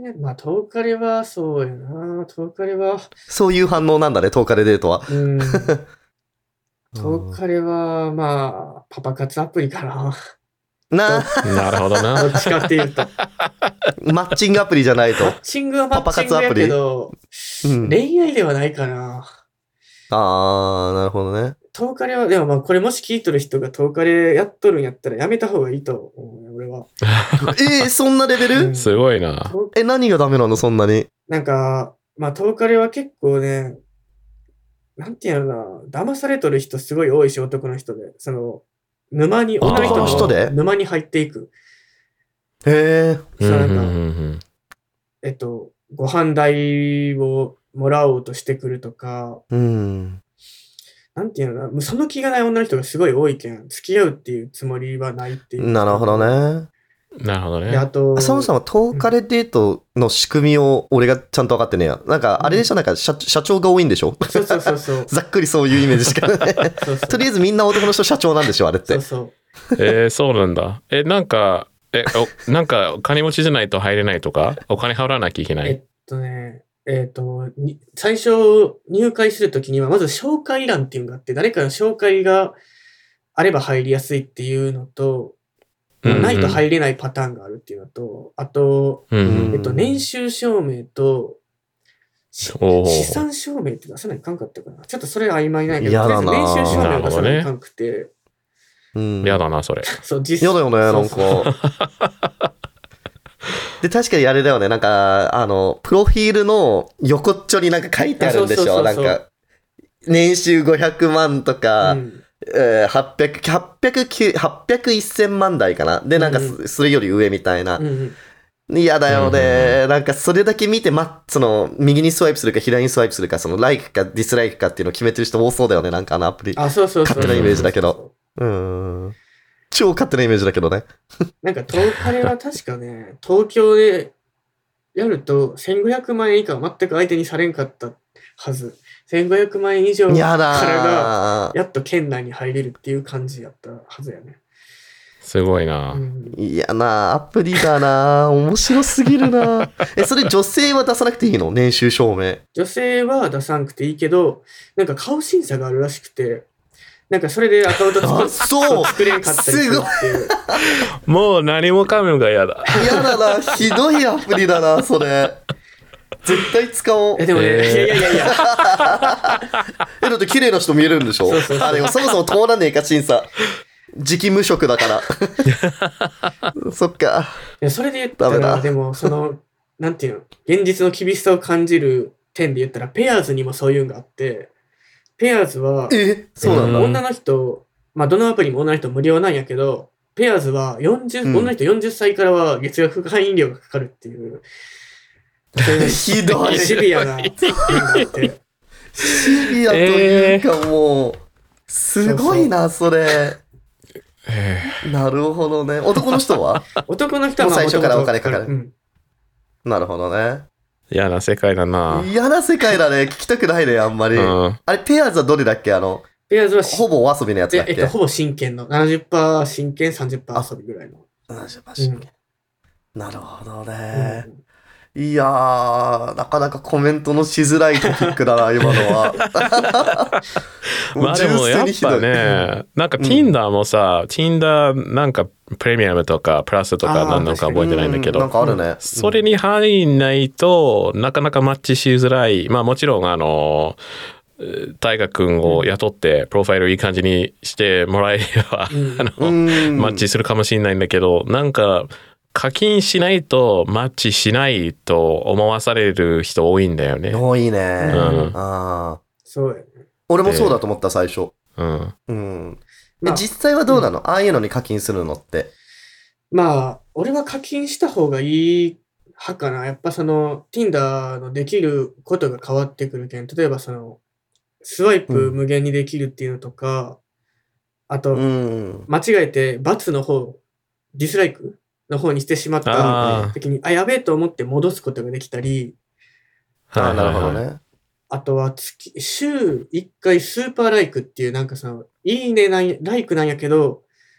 ね、まあ、トーカレはそうやな。トーカレは。 そういう反応なんだね、トーカレデートは。 うん。トーカレは、まあ、パパ活アプリかな。 ななるほどな。 どっちかっていうと。 マッチングアプリじゃないと。 マッチングはマッチングやけど、 うん、 恋愛ではないかな。 あー、なるほどね。 トーカレは、でもまあこれもし聞いとる人がトーカレやっとるんやったらやめた方がいいと思うね、俺は。 えー、そんなレベル、 うんすごいな。 え、何がダメなのそんなに。 なんか、まあトーカレは結構ね、なんていうのな、騙されとる人すごい多いし、男の人で。その、沼に、女の人男の人での沼に入っていく。 へえ。 そうなんか、 うんうんうんえっと、ご飯代をもらおうとしてくるとか、 うん。 なんていうのな、もうその気がない女の人がすごい多いけん、付き合うっていうつもりはないっていう。 なるほどね。 なるほどで、あね。 と、 そもそもトーカレデートの仕組みを俺がちゃんと分かってねえや。なんか、あれでしょ、なんか社社長が多いんでしょそうそうそうそう。 ざっくりそういうイメージしかない。 そうそうとりあえずみんな男の人社長なんでしょあれって。 そうそう。 えー、そうなんだ。え、なんか、え、おなんか、お金持ちじゃないと入れないとかお金払わなきゃいけない。 えっとね、えっと、に最初入会するときには、まず紹介欄っていうのがあって、誰かの紹介があれば入りやすいっていうのと、 うんうんないと入れないパターンがあるっていうのと、あと、 うんうんえっと、年収証明と、しおー資産証明って出さないかんかったかな。ちょっとそれが曖昧ないけど、 嫌だなとりあえず年収証明を出さないかんくて、 うん。 やだな、それ。 そう、実やだよね、なんそうそうか。で、確かにあれだよね、なんか、あの、プロフィールの横っちょになんか書いてあるんでしょあそうそうそうそうなんか、年収ごひゃくまんとか、 うんえー、はっぴゃく、はっぴゃく、はっぴゃく、せんまん台かな。で、なんかうんそ、それより上みたいなうん。うん嫌だようんうんね。なんか、それだけ見て、ま、その、右にスワイプするか、左にスワイプするか、その、ライクかディスライクかっていうのを決めてる人多そうだよね、なんかあのアプリ。 あ、そうそうそうそう。 勝手なイメージだけど。うーん。超勝手なイメージだけどね。 なんか、東カレは確かね、東京でやるとせんごひゃくまん円以下は全く相手にされんかったはず。せんごひゃくまん円以上からやだが、 ー。 やっと県内に入れるっていう感じやったはずやね。 すごいな。 うん、 嫌なアプリだな。面白すぎるな。え、それ女性は出さなくていいの年収証明。 女性は出さんくていいけど、なんか顔審査があるらしくて、なんかそれでアカウント作あそう作れんかったりするっていう。 もう何もかもが嫌だ。 嫌だな。ひどいアプリだな、それ。絶対使おう。 え、でもね、 えーいやいやいやいや、 え、だって綺麗な人見えるんでしょそうそうそうあ、でもそもそも通らねえか、審査。時期無職だから。そっか。 いやそれで言ったダメだら、でもその、なんていうの、現実の厳しさを感じる点で言ったら、ペアーズにもそういうのがあって、ペアーズは、 え、そうなんだ。 うん女の人、まあ、どのアプリも女の人無料なんやけど、ペアーズはよんじゅう、 うん女の人よんじゅっさいからは月額会員料がかかるっていう、そういうひどい。 シビアな点があって、 シビアというかもう、すごいな、それ。 えなるほどね。男の人は男の人はまあもう最初からお金かかるうんなるほどね。 ー嫌な世界だな。 嫌な世界だね。聞きたくないね、あんまり。 うんあれ、ペアーズはどれだっけあの、 ペアーズはしほぼお遊びのやつだっけええっと、ほぼ真剣の、ななじゅっパーセント真剣、さんじゅっパーセント遊びぐらいの。 ななじゅっパーセントなるほどうね。 んいやー、なかなかコメントのしづらいトピックだな、今のは。 まあでもやっぱね、なんか Tinder もさ、Tinder なんかプレミアムとかプラスとかあー何なのか覚えてないんだけうなんど、 かあるね。 それに入んないとなかなかマッチしづらい。まあもちろんあの、大河君を雇ってプロファイルいい感じにしてもらえれば、 うんあの、 うんマッチするかもしれないんだけど、なんか課金しないとマッチしないと思わされる人多いんだよね。 多いね。 うんあーそうやね。 俺もそうだと思った、最初。 うん。 うん。 まあえ実際はどうなの、ああいうのに課金するのって。 まあ、俺は課金した方がいい派かな。やっぱその、Tinder のできることが変わってくるけん。例えばその、スワイプ無限にできるっていうのとか、あと、 うん。 間違えて×の方、ディスライクの方にしてしまったあ時に、あ、やべえと思って戻すことができたり、 あ、 ああ、なるほどはいはいはい。 ね。 あとは月、週いっかいスーパーライクっていうなんかその、いいねなんや、ライクなんやけど、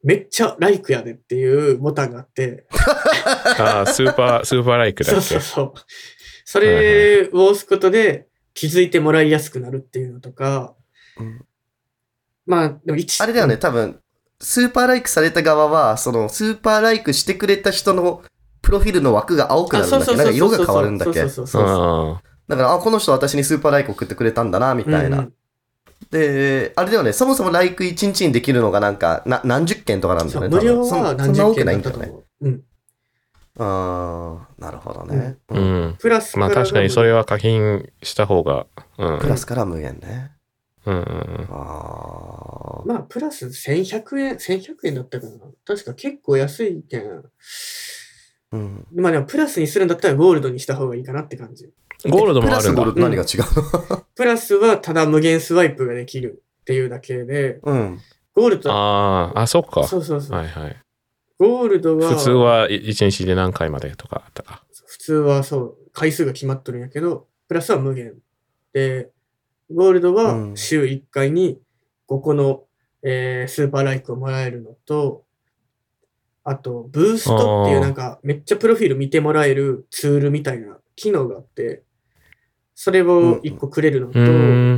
めっちゃライクやでっていうボタンがあって。 ああ、スーパー、スーパーライクだっけ。 そうそうそう。それを押すことで気づいてもらいやすくなるっていうのとか。うん、まあ、でも一あれだよね、多分、スーパーライクされた側は、その、スーパーライクしてくれた人のプロフィールの枠が青くなるんだっけ、なんか色が変わるんだっけ。そうそうそう。だから、あ、この人私にスーパーライク送ってくれたんだな、みたいな。うんうん、で、あれだよね、そもそもライクいちにちにできるのがなんか、な何十件とかなんだよね。 無料は何十件だったと思う。そんな多くないんだよね。うん。 ああ、なるほどね。 うん。うん、プラスまあ確かにそれは課金した方が。うん、 プラスから無限ね。 うんうんうん。 あまあ、プラスせんひゃくえん、せんひゃくえんだったかな。確か結構安いけん。うん。まあでも、プラスにするんだったらゴールドにした方がいいかなって感じ。 ゴールドもあるんだ。 ゴールド何が違うの、 うん、プラスはただ無限スワイプができるっていうだけで、うん、ゴールド。 ああ、あ、そっか。 そうそうそう。 はいはい。 ゴールドは。 普通はいちにちで何回までとかあったか。 普通はそう、回数が決まっとるんやけど、プラスは無限。で、ゴールドは週いっかいにごこの、えー、スーパーライクをもらえるのと、あと、ブーストっていうなんかめっちゃプロフィール見てもらえるツールみたいな機能があって、それをいっこくれるのと、うん、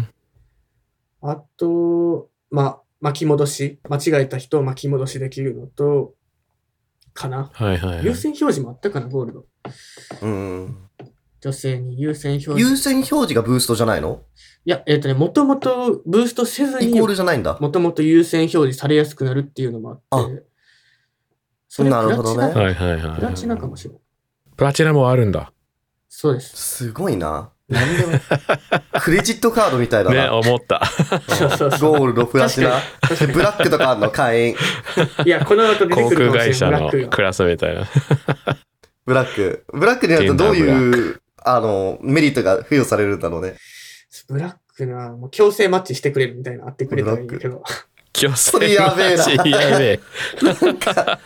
あと、まあ、巻き戻し、間違えた人を巻き戻しできるのと、かな。 はいはいはい、 優先表示もあったかな、ゴールド。 うん。 女性に優先表示。 優先表示がブーストじゃないの？ いや、えっとね、もともとブーストせずに、 イコールじゃないんだ。 もともと優先表示されやすくなるっていうのもあって、それなるほどね。 はいはいはい。 プラチナかもしれない。 プラチナもあるんだ。 そうです。 すごいな。なんでもクレジットカードみたいだな。 ね、思った。 そうそうそう。 ゴールド、プラチナ。ブラックとかあんの会員。 いや、この後出てくるかもしれない。 航空会社のクラスみたいな。 ブラック。ブラックになるとどういう、あの、メリットが付与されるんだろうね。 ブラックな、もう強制マッチしてくれるみたいな、あってくれたらいいけど。 強制マッチやべえな。 やべえ。 なんか、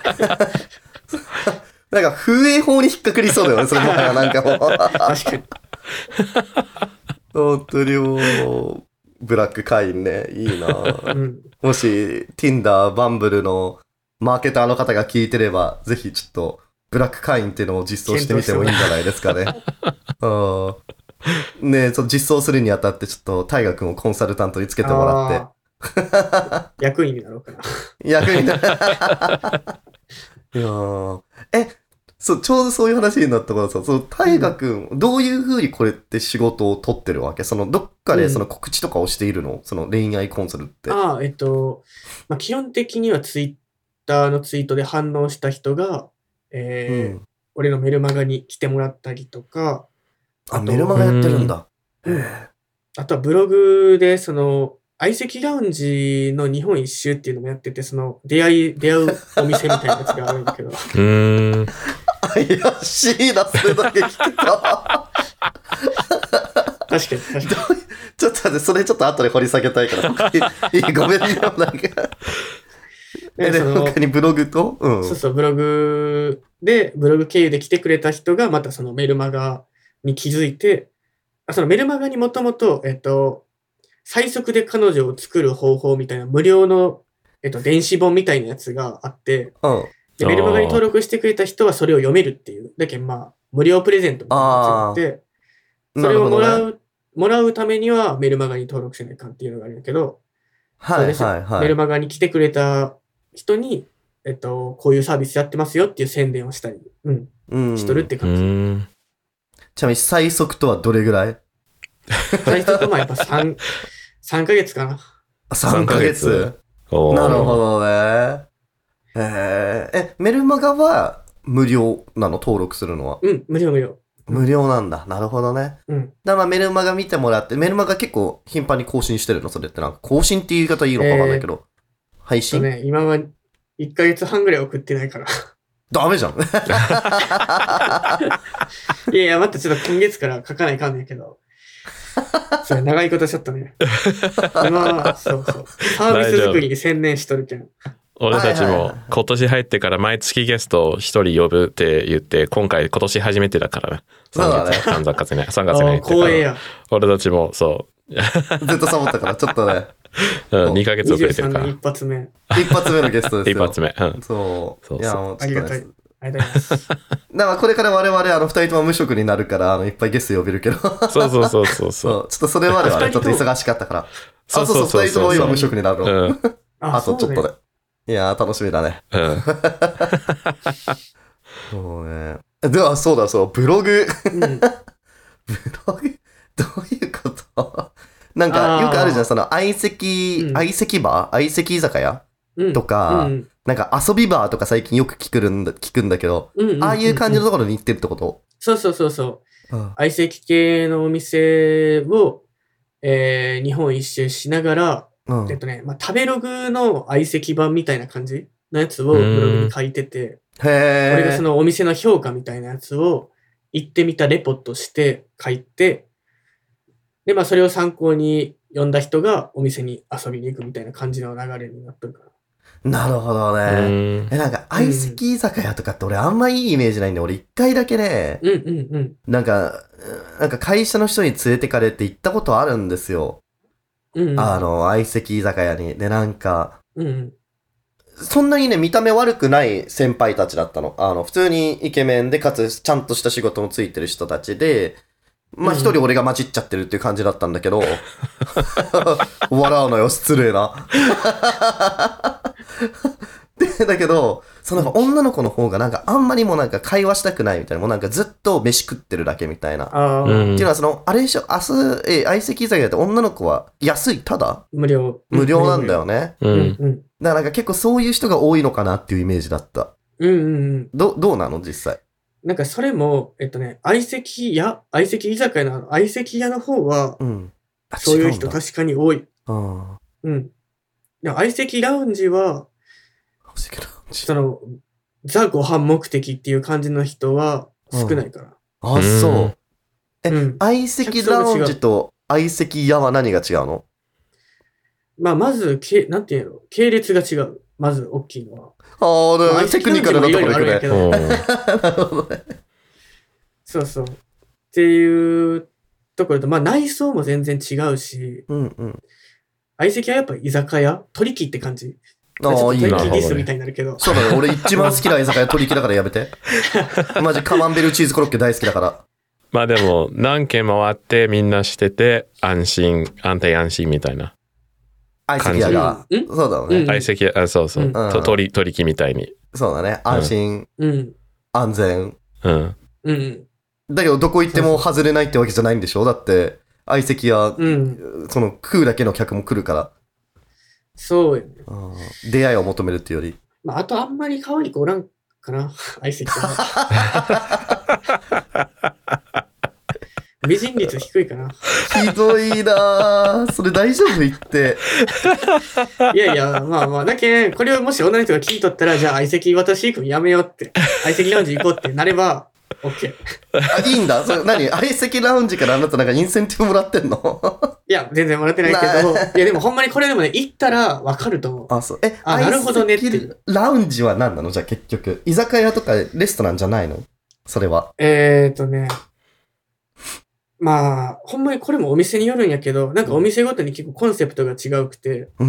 なんか風営法に引っかかりそうだよね、それもはやなんかもう。 確かに。 本当にもう、ブラック会員ね、いいな、うん、もし、Tinder、Bumble のマーケターの方が聞いてれば、ぜひちょっと、ブラック会員っていうのを実装してみてもいいんじゃないですかね。うんね、その実装するにあたって、ちょっと、大河君をコンサルタントにつけてもらって。 役員になろうかな。 役員になろう。いやーえ、そう、ちょうどそういう話になったからさ、その、大河君、うん、どういう風にこれって仕事を取ってるわけ？その、どっかでその告知とかをしているの？うん、その恋愛コンサルって。 ああ、えっと、まあ、基本的にはツイッターのツイートで反応した人が、えーうん、俺のメルマガに来てもらったりとか、 あ、メルマガやってるんだ。 うん、あとはブログで、その、相席ラウンジの日本一周っていうのもやってて、その、出会い、出会うお店みたいなやつがあるんだけど。うーん。 怪しいな、それだけ聞くと。 確かに、確かに。 ちょっと待って、それちょっと後で掘り下げたいから。いい、ごめんね、なんか。で、他にブログと、うん、 そうそう、ブログで、ブログ経由で来てくれた人が、またそのメルマガに気づいて、そのメルマガにもともと、えっと、最速で彼女を作る方法みたいな無料の、えっと、電子本みたいなやつがあって、うん、でメルマガに登録してくれた人はそれを読めるっていう。だけどまあ、無料プレゼントみたいなやつがあって、それをもらう、ね、もらうためにはメルマガに登録しないかんっていうのがあるんだけど、 はいはいはい。 メルマガに来てくれた人に、えっと、こういうサービスやってますよっていう宣伝をしたり、うん、うん、しとるって感じ。 ちなみに最速とはどれぐらい？ 最速はやっぱさん、さんかげつかな。 さんかげつ？なるほどね。えー、え、メルマガは無料なの？登録するのは。 うん、無料無料。 無料なんだ。なるほどね。 うん。 だからメルマガ見てもらって、メルマガ結構頻繁に更新してるの？それってなんか更新っていう言い方いいのかわかんないけど。えー、配信？ ね、今はいっかげつはんぐらい送ってないから。 ダメじゃん。 いやいや、待って、ちょっと今月から書かないかんねんけど。それ長いことしちゃったね。今は、そうそう。サービス作りに専念しとるけん。 俺たちも今年入ってから毎月ゲストを一人呼ぶって言って、今回今年初めてだからね。 そうだね。 さんがつね。さんがつね。 光栄や。 俺たちもそう。 ずっとサボったから、ちょっとね。 うん、にかげつ遅れてるから。 一発目。 一発目のゲストですよ。 一発目。うん、 そう。 そうそういや、もうありがたい。ありがとうございます。 だからこれから我々、あの、二人とも無職になるから、あの、いっぱいゲスト呼べるけど。 そうそうそうそうそう。ちょっとそれまではね、ちょっと忙しかったから。あ、そうそう、二人とも今無職になるの。うん、あとちょっとで。いやー、楽しみだね。うん。そうね。では、そうだ、そう、ブログ。うん、ブログどういうことなんか、よくあるじゃん、その、相席、うん、相席バー相席居酒屋、うん、とか、うん、なんか遊びバーとか最近よく聞くんだ、聞くんだけど、うんうんうんうん、ああいう感じのところに行ってるってこと？ そうそうそうそう。うん、相席系のお店を、えー、日本一周しながら、うん、えっとね、まあ、食べログの相席版みたいな感じのやつをブログに書いてて、 へ俺がそのお店の評価みたいなやつを行ってみたレポとして書いて、で、まあそれを参考に呼んだ人がお店に遊びに行くみたいな感じの流れになってるから。 なるほどね。え、なんか相席居酒屋とかって俺あんまいいイメージないんで、俺一回だけね、 うんうんうん。 なんか、なんか会社の人に連れてかれて行ったことあるんですよ。うんうん、あの、相席居酒屋に。で、なんか、うんうん、そんなにね、見た目悪くない先輩たちだったの。あの、普通にイケメンで、かつちゃんとした仕事もついてる人たちで、まあ一人俺が混じっちゃってるっていう感じだったんだけど、笑うのよ、失礼な。で、だけど、その女の子の方がなんかあんまりもなんか会話したくないみたいな、もうなんかずっと飯食ってるだけみたいな。っていうのはその、あれでしょ、明日、え、相席居酒屋って女の子は安いただ無料。 無料なんだよね。 うん。だからなんか結構そういう人が多いのかなっていうイメージだった。 うんうんうん。 ど、どうなの実際。 なんかそれも、えっとね、相席屋相席居酒屋の相席屋の方は、うん、そういう人確かに多い。うん。うん。でも相席ラウンジは、その、ザご飯目的っていう感じの人は少ないから。 うん、あ、そう。え、うん、相席ラウンジと相席屋は何が違うの？ まあ、まず、け、なんていうの系列が違う。まず、大きいのは。 ああ、でも、まあ、テクニカルなところ行くね。なるほどね。 そうそう。っていうところと、まあ内装も全然違うし、うんうん。相席はやっぱ居酒屋取り木って感じ。ああ、いいな。取り木ディスみたいになるけど。 そうだね。俺一番好きな居酒屋取り木だからやめて。マジカマンベールチーズコロッケ大好きだから。 まあでも、何軒回ってみんなしてて、安心、安定安心みたいな。 相席屋が。そうだね。 相席屋、あ、そうそう。取り、取り木みたいに。 そうだね。安心。うん。安全。うん。 うん。 だけど、どこ行っても外れないってわけじゃないんでしょ？だって、相席や、うん、その、食うだけの客も来るから。 そうよね。 出会いを求めるっていうより。 まあ、あとあんまり可愛い子おらんかな、相席は。美人率低いかな。 ひどいなぁ。それ大丈夫言って。 いやいや、まあまあ、だけこれをもし女の人が聞いとったら、じゃあ相席私行くのやめようって、相席ラウンジ行こうってなれば、オッケー。 あ、いいんだ。それ何相席ラウンジからあなたなんかインセンティブもらってんの？ いや、全然もらってないけど、いやでもほんまにこれでもね、行ったらわかると思う。 あ、そう。え、 あ、なるほどねっていう。 ラウンジは何なの？じゃあ結局。居酒屋とかレストランじゃないの？それは。 えーとね、まあ、ほんまにこれもお店によるんやけど、なんかお店ごとに結構コンセプトが違うくて、うん、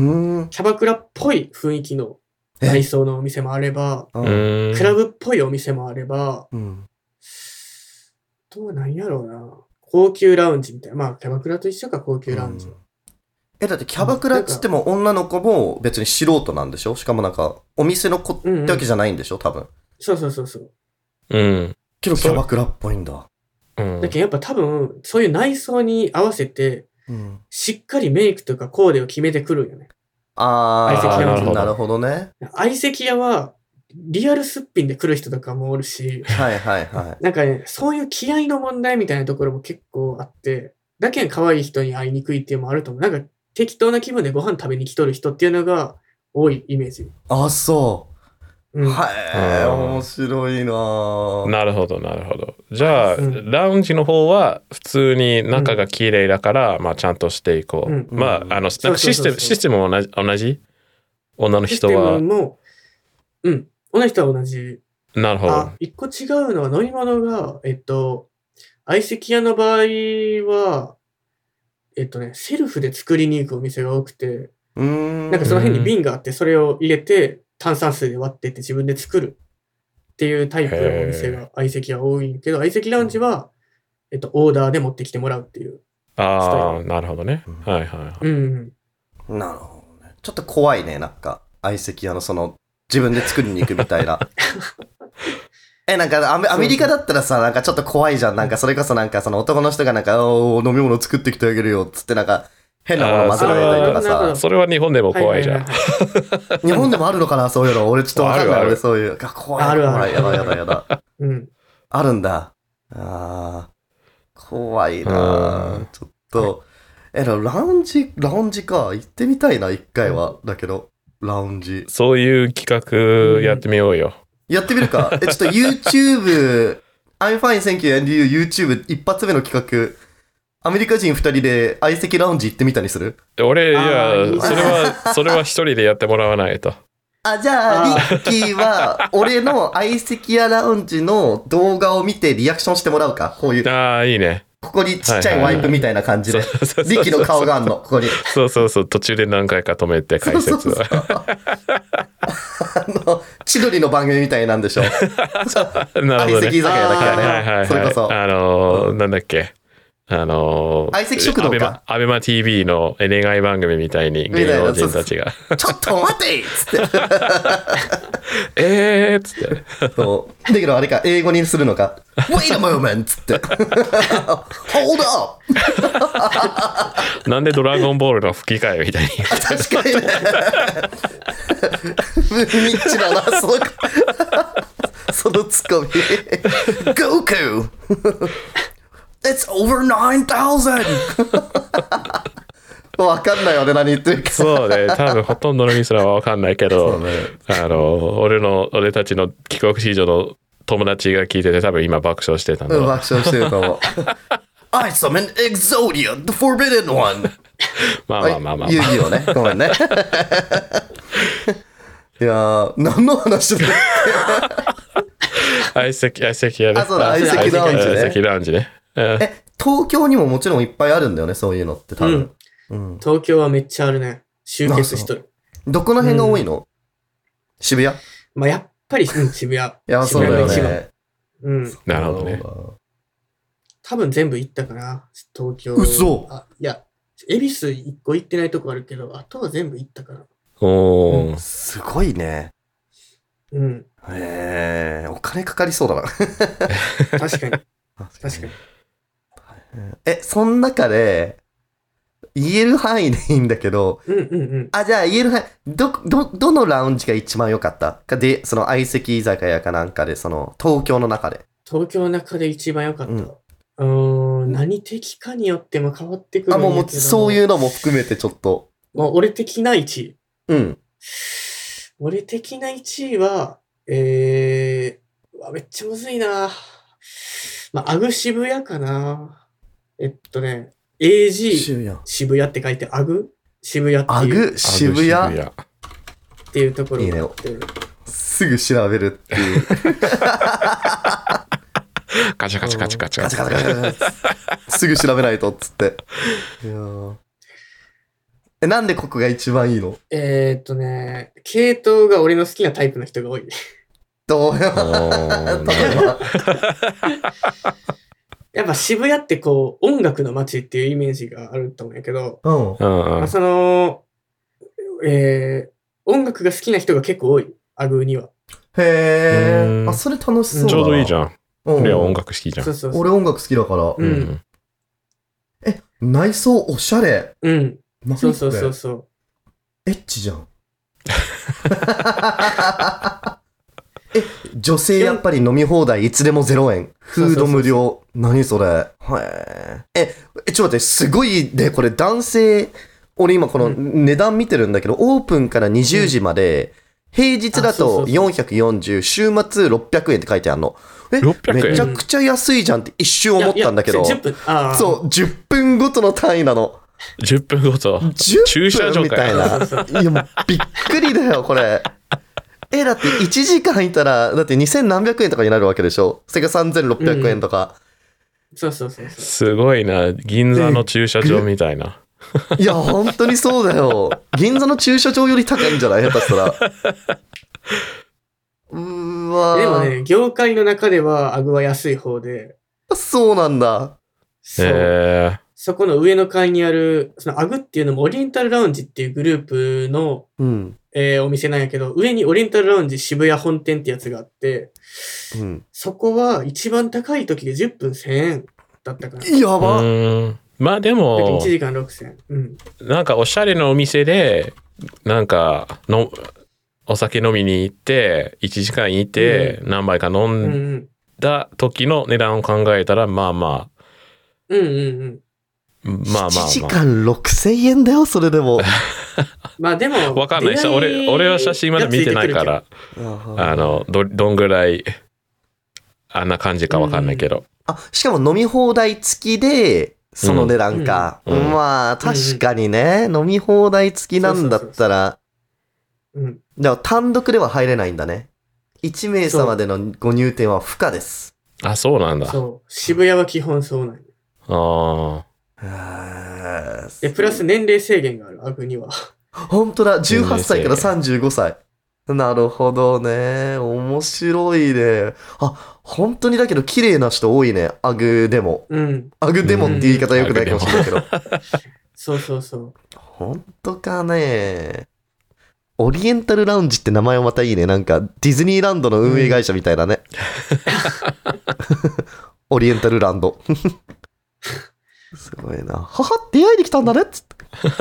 キャバクラっぽい雰囲気の内装のお店もあれば、クラブっぽいお店もあれば、うん、どうなんやろうな。高級ラウンジみたいな。まあ、キャバクラと一緒か、高級ラウンジ。うん、 え、だってキャバクラっつっても女の子も別に素人なんでしょ？しかもなんか、お店の子ってわけじゃないんでしょ？多分。 そうそうそうそう。 うん。 けどキャバクラっぽいんだ。 うん、だけどやっぱ多分、そういう内装に合わせて、うん、しっかりメイクとかコーデを決めてくるんよね。 ああ、相席屋なるほどね。 相席屋は、リアルすっぴんで来る人とかもおるし、 はいはいはい。 なんかね、そういう気合の問題みたいなところも結構あって、だけど可愛い人に会いにくいっていうのもあると思う。なんか適当な気分でご飯食べに来とる人っていうのが多いイメージ。 あ、そう。うん、はい、面白いななるほど、なるほど。じゃあ、うん、ラウンジの方は普通に中が綺麗だから、うん、まあちゃんとしていこう。うん、まあ、あの、なんかシステム、システムも同じ、同じ女の人は。 システムも、うん。女の人は同じ。 なるほど。 あ、一個違うのは飲み物が、えっと、相席屋の場合は、 えっとね、セルフで作りに行くお店が多くて、 うーん。 なんかその辺に瓶があって、それを入れて、炭酸水で割ってって自分で作るっていうタイプのお店が、相席は多いんけど、相席ラウンジは、えっと、オーダーで持ってきてもらうっていう。 ああ、なるほどね。はいはいはい。 うん。 なるほどね。ちょっと怖いね、なんか。相席屋のその、自分で作りに行くみたいな。え、なんかアメ、アメリカだったらさ、なんかちょっと怖いじゃん。なんかそれこそなんかその男の人がなんか、おー飲み物作ってきてあげるよ、つってなんか、変なもの混ぜられたりとかさ。 それは日本でも怖いじゃん。 日本でもあるのかな、そういうの。俺ちょっとわかんない。 あるある俺そういう。あ、怖い。 あるある怖い。やだやだやだ。 うん。 あるんだ。あー。怖いなぁ。ちょっと。え、ラウンジ、ラウンジか。行ってみたいな、一回は。だけど、ラウンジ。 そういう企画やってみようよ。 やってみるか。え、ちょっと YouTube、I'm fine, thank you, and you, YouTube 一発目の企画。アメリカ人二人で相席ラウンジ行ってみたりする？ 俺、いや、 いいそれは、それは一人でやってもらわないと。 あ、じゃあ、リッキーは、俺の相席屋ラウンジの動画を見てリアクションしてもらうか。こういう。 ああ、いいね。 ここにちっちゃいワイプみたいな感じで。リッキーの顔があんの、ここに。 そうそうそう、途中で何回か止めて解説は。 あの、千鳥の番組みたいなんでしょ。 なるほどね。 相席居酒屋だからね。 はいはいはい。 それこそ。 あのー、なんだっけ。あのー、 相席食堂か。 アベマ ティーブイ の恋愛番組みたいに芸能人たちが。 ちょっと待てっつって。 えーっつって。 そう。だけどあれか、英語にするのか。Wait a moment! つって。Hold up! なんでドラゴンボールの吹き替えみたいに。 確かにね。ニッチだな、その、そのツッコミ。Goku! It's over nine thousand! わかんないよね、何言ってるか。 そうね、多分ほとんどのミスらはわかんないけど、ね、あの、俺の、俺たちの帰国子女の友達が聞いてて多分今爆笑してたんだ。 うん、爆笑してると思う。I summon Exodia, the forbidden one! まあまあまあまあ、まあ。 遊戯王ね。ごめんね。いやー、何の話だっけ？ 相席、相席やね。 あ、そうだ、相席ラウンジね。 相席ラウンジね。 え、東京にももちろんいっぱいあるんだよね、そういうのって多分。 うん。うん、東京はめっちゃあるね。集結しとる。 どこの辺が多いの？うん、渋谷？ まあ、やっぱり、うん、渋谷。 いや、そうだよね。 うん。 なるほどね。 多分全部行ったかな、東京。 嘘。 あ、いや、恵比寿一個行ってないとこあるけど、あとは全部行ったかな。 おー、 うん。すごいね。 うん。 へえ、お金かかりそうだな。 確かに。確かに。 え、その中で、言える範囲でいいんだけど、 うんうんうん。 あ、じゃあ言える範囲、ど、ど、どのラウンジが一番良かったかで、その相席居酒屋かなんかで、その、東京の中で。 東京の中で一番良かった。うんうーん、何的かによっても変わってくるんだけど。 あ、もう、そういうのも含めてちょっと。 もう俺的ないちい。 うん。 俺的ないちいは、えー、うわ、めっちゃむずいな。まあ、アグ渋谷かな。えっとね、エージー渋谷。 渋谷って書いて、アグ渋谷っていう。 アグ渋谷っていうところがあって。 いいね。すぐ調べるっていう。 カチャカチャカチャカチャ。 カチャカチャカチャカチャ。すぐ調べないとっつって。いやえ、なんでここが一番いいの？ えー、っとね、系統が俺の好きなタイプの人が多い。 どうややっぱ渋谷ってこう、音楽の街っていうイメージがあると思うんやけど、 うん。 まあ、その、えー、音楽が好きな人が結構多い、アグーには。 へー。あ、それ楽しそうだな。 ちょうどいいじゃん。 うん、 俺は音楽好きじゃん。 そうそうそう。 俺音楽好きだから。 うん。 え、内装おしゃれ。 うん。そうそうそうそう。 エッチじゃん。え、女性やっぱり飲み放題いつでもゼロえん。フード無料。何それ。へえ。え、ちょっと待って、すごいね、これ男性、俺今この値段見てるんだけど、オープンからにじゅうじまで、平日だとよんひゃくよんじゅう、週末ろっぴゃくえんって書いてあるの。え、 ろっぴゃくえんめちゃくちゃ安いじゃんって一瞬思ったんだけど。 じゅっぷん。あそう、じゅっぷんごとの単位なの。 じゅっぷんごと。駐車場みたいな。いや、もうびっくりだよ、これ。え、だっていちじかんいたら、だってにせんなんびゃくえんとかになるわけでしょ。それがさんぜんろっぴゃくえんとか。 そうそうそうそう。 すごいな。銀座の駐車場みたいな。 いや、本当にそうだよ。銀座の駐車場より高いんじゃない下手したら。うーわー。 でもね、業界の中ではアグは安い方で。 そうなんだ。 そう。 えー、 そこの上の階にある、そのアグっていうのもオリエンタルラウンジっていうグループの、 うん。 えーお店なんやけど、上にオリエンタルラウンジ渋谷本店ってやつがあって、 うん。 そこは一番高い時でじゅっぷんせんえんだったから。 やば。 うーん。まあでだってもいち、じかんろくせん。うん。 なんかおしゃれなお店で、なんかの、お酒飲みに行って、いちじかんいて、何杯か飲うんうんん。 だ時の値段を考えたら、まあまうんうんうん。 あ、まあまあいちじまかんろくせんえんだよ、それでも。 まあでも、 あ。わかんないし、俺、俺は写真まだ見てないから、あの、ど、どんぐらい、あんな感じかわかんないけど。 あ、しかも飲み放題付きで、その値段か。 うんうんまあ、確かにね、飲み放題付きなんだったら、 うん。 でも単独では入れないんだね。いちめいさまでのご入店は不可です。 あ、そうなんだ。 そう。渋谷は基本そうなんや。 あへで、プラス年齢制限がある、アグには。 本当だ、じゅうはっさいからさんじゅうごさい。なるほどね。面白いね。あ、本当にだけど綺麗な人多いね。アグでも。 うん。 アグでもって言い方良くないかもしれないけど。 そうそうそう。 本当かね。オリエンタルラウンジって名前はまたいいね。なんかディズニーランドの運営会社みたいだね。オリエンタルランド。すごいな。母出会いに来たんだねっつって。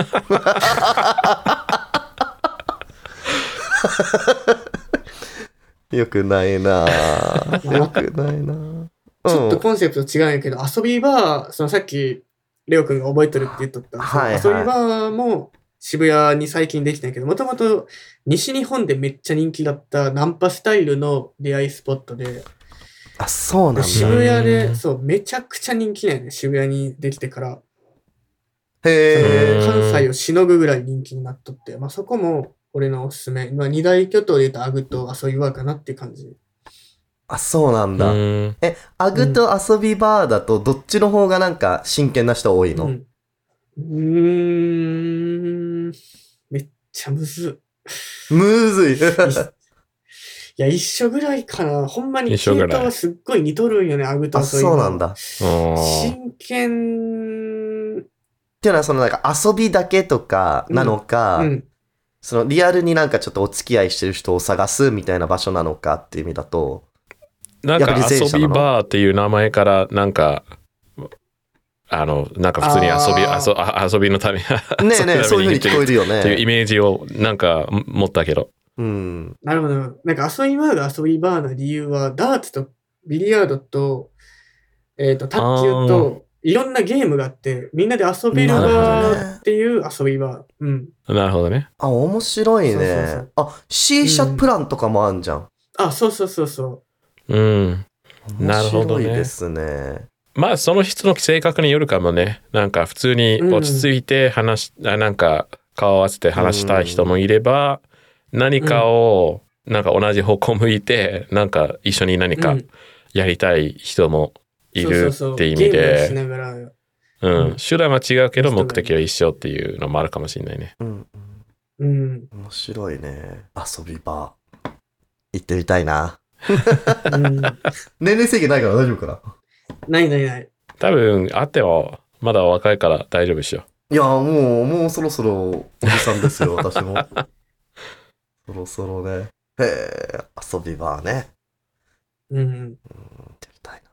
よくないなぁ。よくないなぁ。 ちょっとうんコンセプト違うんやけど、遊びバー、そのさっき、レオくんが覚えてるって言っとった、 はいはいその遊びバーも渋谷に最近できたんやけど、もともと西日本でめっちゃ人気だったナンパスタイルの出会いスポットで、 あ、そうなんだ。 渋谷うで、 んそう、めちゃくちゃ人気なんやね、渋谷にできてから。 へー。 関西をしのぐぐらい人気になっとって、まあそこも俺のおすすめ。まあ二大巨頭で言うとアグと遊びバーかなっていう感じ。 あ、そうなんあ。うだ。 ん。 え、アグと遊びバーだとどっちの方がなんか真剣な人多いの？ うん。うーん。めっちゃむずっ。 むずい。 いや、一緒ぐらいかな。ほんまに一緒ぐらい系統はすっごい似とるんよね、アグとあ、 遊びバー。 そうなんだ。っあー真剣、 ていうのはそのなんか遊びだけとかなのか、 うん。 そのリアルになんかちょっとお付き合いしてる人を探すみたいな場所なのかっていう意味だと、 なんかやっぱり前遊者なのびバーっていう名前からなんかあのなんか普通に遊びあーあそ遊びのためにねえねえ、そういう風に聞こえるよっていうイね。 メージをなんか持ったけど。 うん。 なるほど。なんか遊びバーが遊びバーな理由は、ダーツとビリヤードと、えっ、と、卓球と、いろんなゲームがあって、みんなで遊べるなるほどバねーっていう遊びバー。うん。 なるほどね。 あ、面白いそうそうそねう。 あ、シーシャプランとかもあんじゃん。 あ、そうそうそうそうん。なるほどね面白いですね。 まあその人の性格によるかもね。なんか普通に落ち着いて話し、あなんか顔合わせて話したい人もいれば、何かをなんか同じ方向向いて、なんか一緒に何う。 かうんやりたい人もいるそうそうそうって意味ゲームをしで、 ながら。 ううんん、手段は違うけど人が目的は一緒っていうのもあるかもしれないね。 うん。 うん。 面白いね。遊び場。行ってみたいな。 うん、 年齢制限ないから大丈夫かな？ ないないない。 多分あってもまだ若いから大丈夫でしょ。 いや、もう、もうそろそろおじさんですよ、私も。そろそろね。へえ、遊び場ね。 うん。 うん、行ってみたい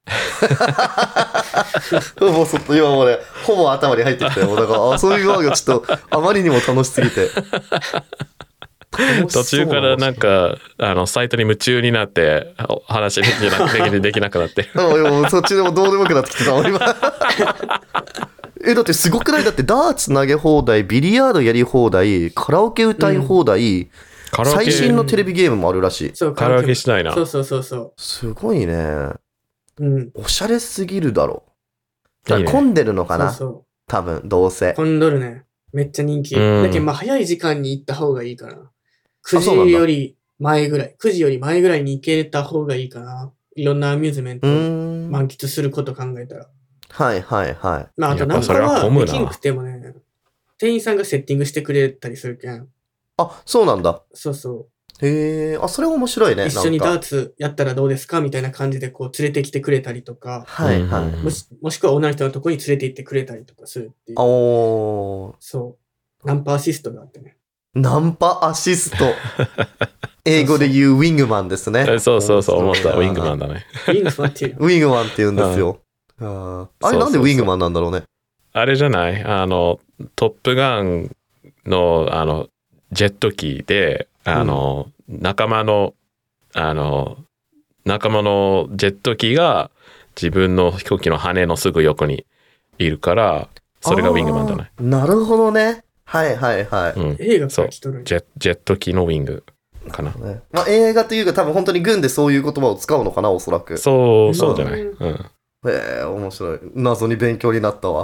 な。もうそっと今もね、ほぼ頭に入ってきたよ。もうだから遊び場がちょっとあまりにも楽しすぎて。 途中からなんかあのサイトに夢中になってお話できなできできなくなってる。 あ、いやもうそっちでもどうでもよくなってきてたわ今。え、だってすごくない？だってダーツ投げ放題、ビリヤードやり放題、カラオケ歌い放題、 カラオケ最新のテレビゲームもあるらしい。 そう、 カラオケしないな。 そうそうそうそすごいね。 う。うん。 おしゃれすぎるだろ。だいいねから混んでるのかな？ そうそ多分、どうせう。。コンドルね。めっちゃ人気。 うんだけどまあ早い時間に行った方がいいかな。9 そうなんだ時より前ぐらい。くじより前ぐらいに行けた方がいいかな。いろんなアミューズメントうーん。 満喫すること考えたら。 はいはいはい。 まあ、あとナンパはできんくてもね、店員さんがセッティングしてくれたりするけん。 あ、そうなんだ。 そうそう。 へえ、あ、それ面白いね。 一緒にダーツやったらどうですかみたいな感じでこう連れてきてくれたりとか、 はいはい。 もし、もしくは女の人のところに連れて行ってくれたりとかするっていう。 おー。 そう。ナンパアシストがあってね。 ナンパアシスト。英語で言うウィングマンですね。 そうそうそう、思った。ウィングマンだね。 ウィングマンっていう。 ウィングマンって言うんですよ。ああれなんでウィングマンなんだろうね。 あれじゃないあの、トップガンの、あの、ジェット機で、あの、うん、仲間の、あの、仲間のジェット機が自分の飛行機の羽のすぐ横にいるから、それがウィングマンだね。 なるほどね。はいはいはい。 うん、 映画そうジェ。ジェット機のウィングかな。 ね、まあ、映画というか多分本当に軍でそういう言葉を使うのかな、おそらく。 そう、そうじゃない。うん。 えー、面白い。謎に勉強になったわ。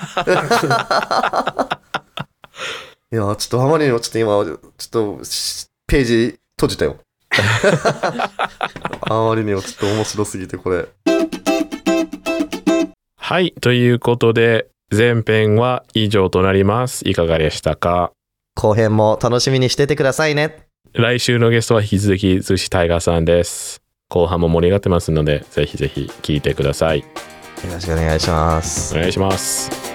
いや、ちょっとあまりにもちょっと今、ちょっとページ閉じたよ。あまりにもちょっと面白すぎてこれ。 はい、ということで前編は以上となります。いかがでしたか？ 後編も楽しみにしててくださいね。 来週のゲストは引き続き寿司タイガーさんです。後半も盛り上がってますので、ぜひぜひ聞いてください。 よろしくお願いします。 お願いします。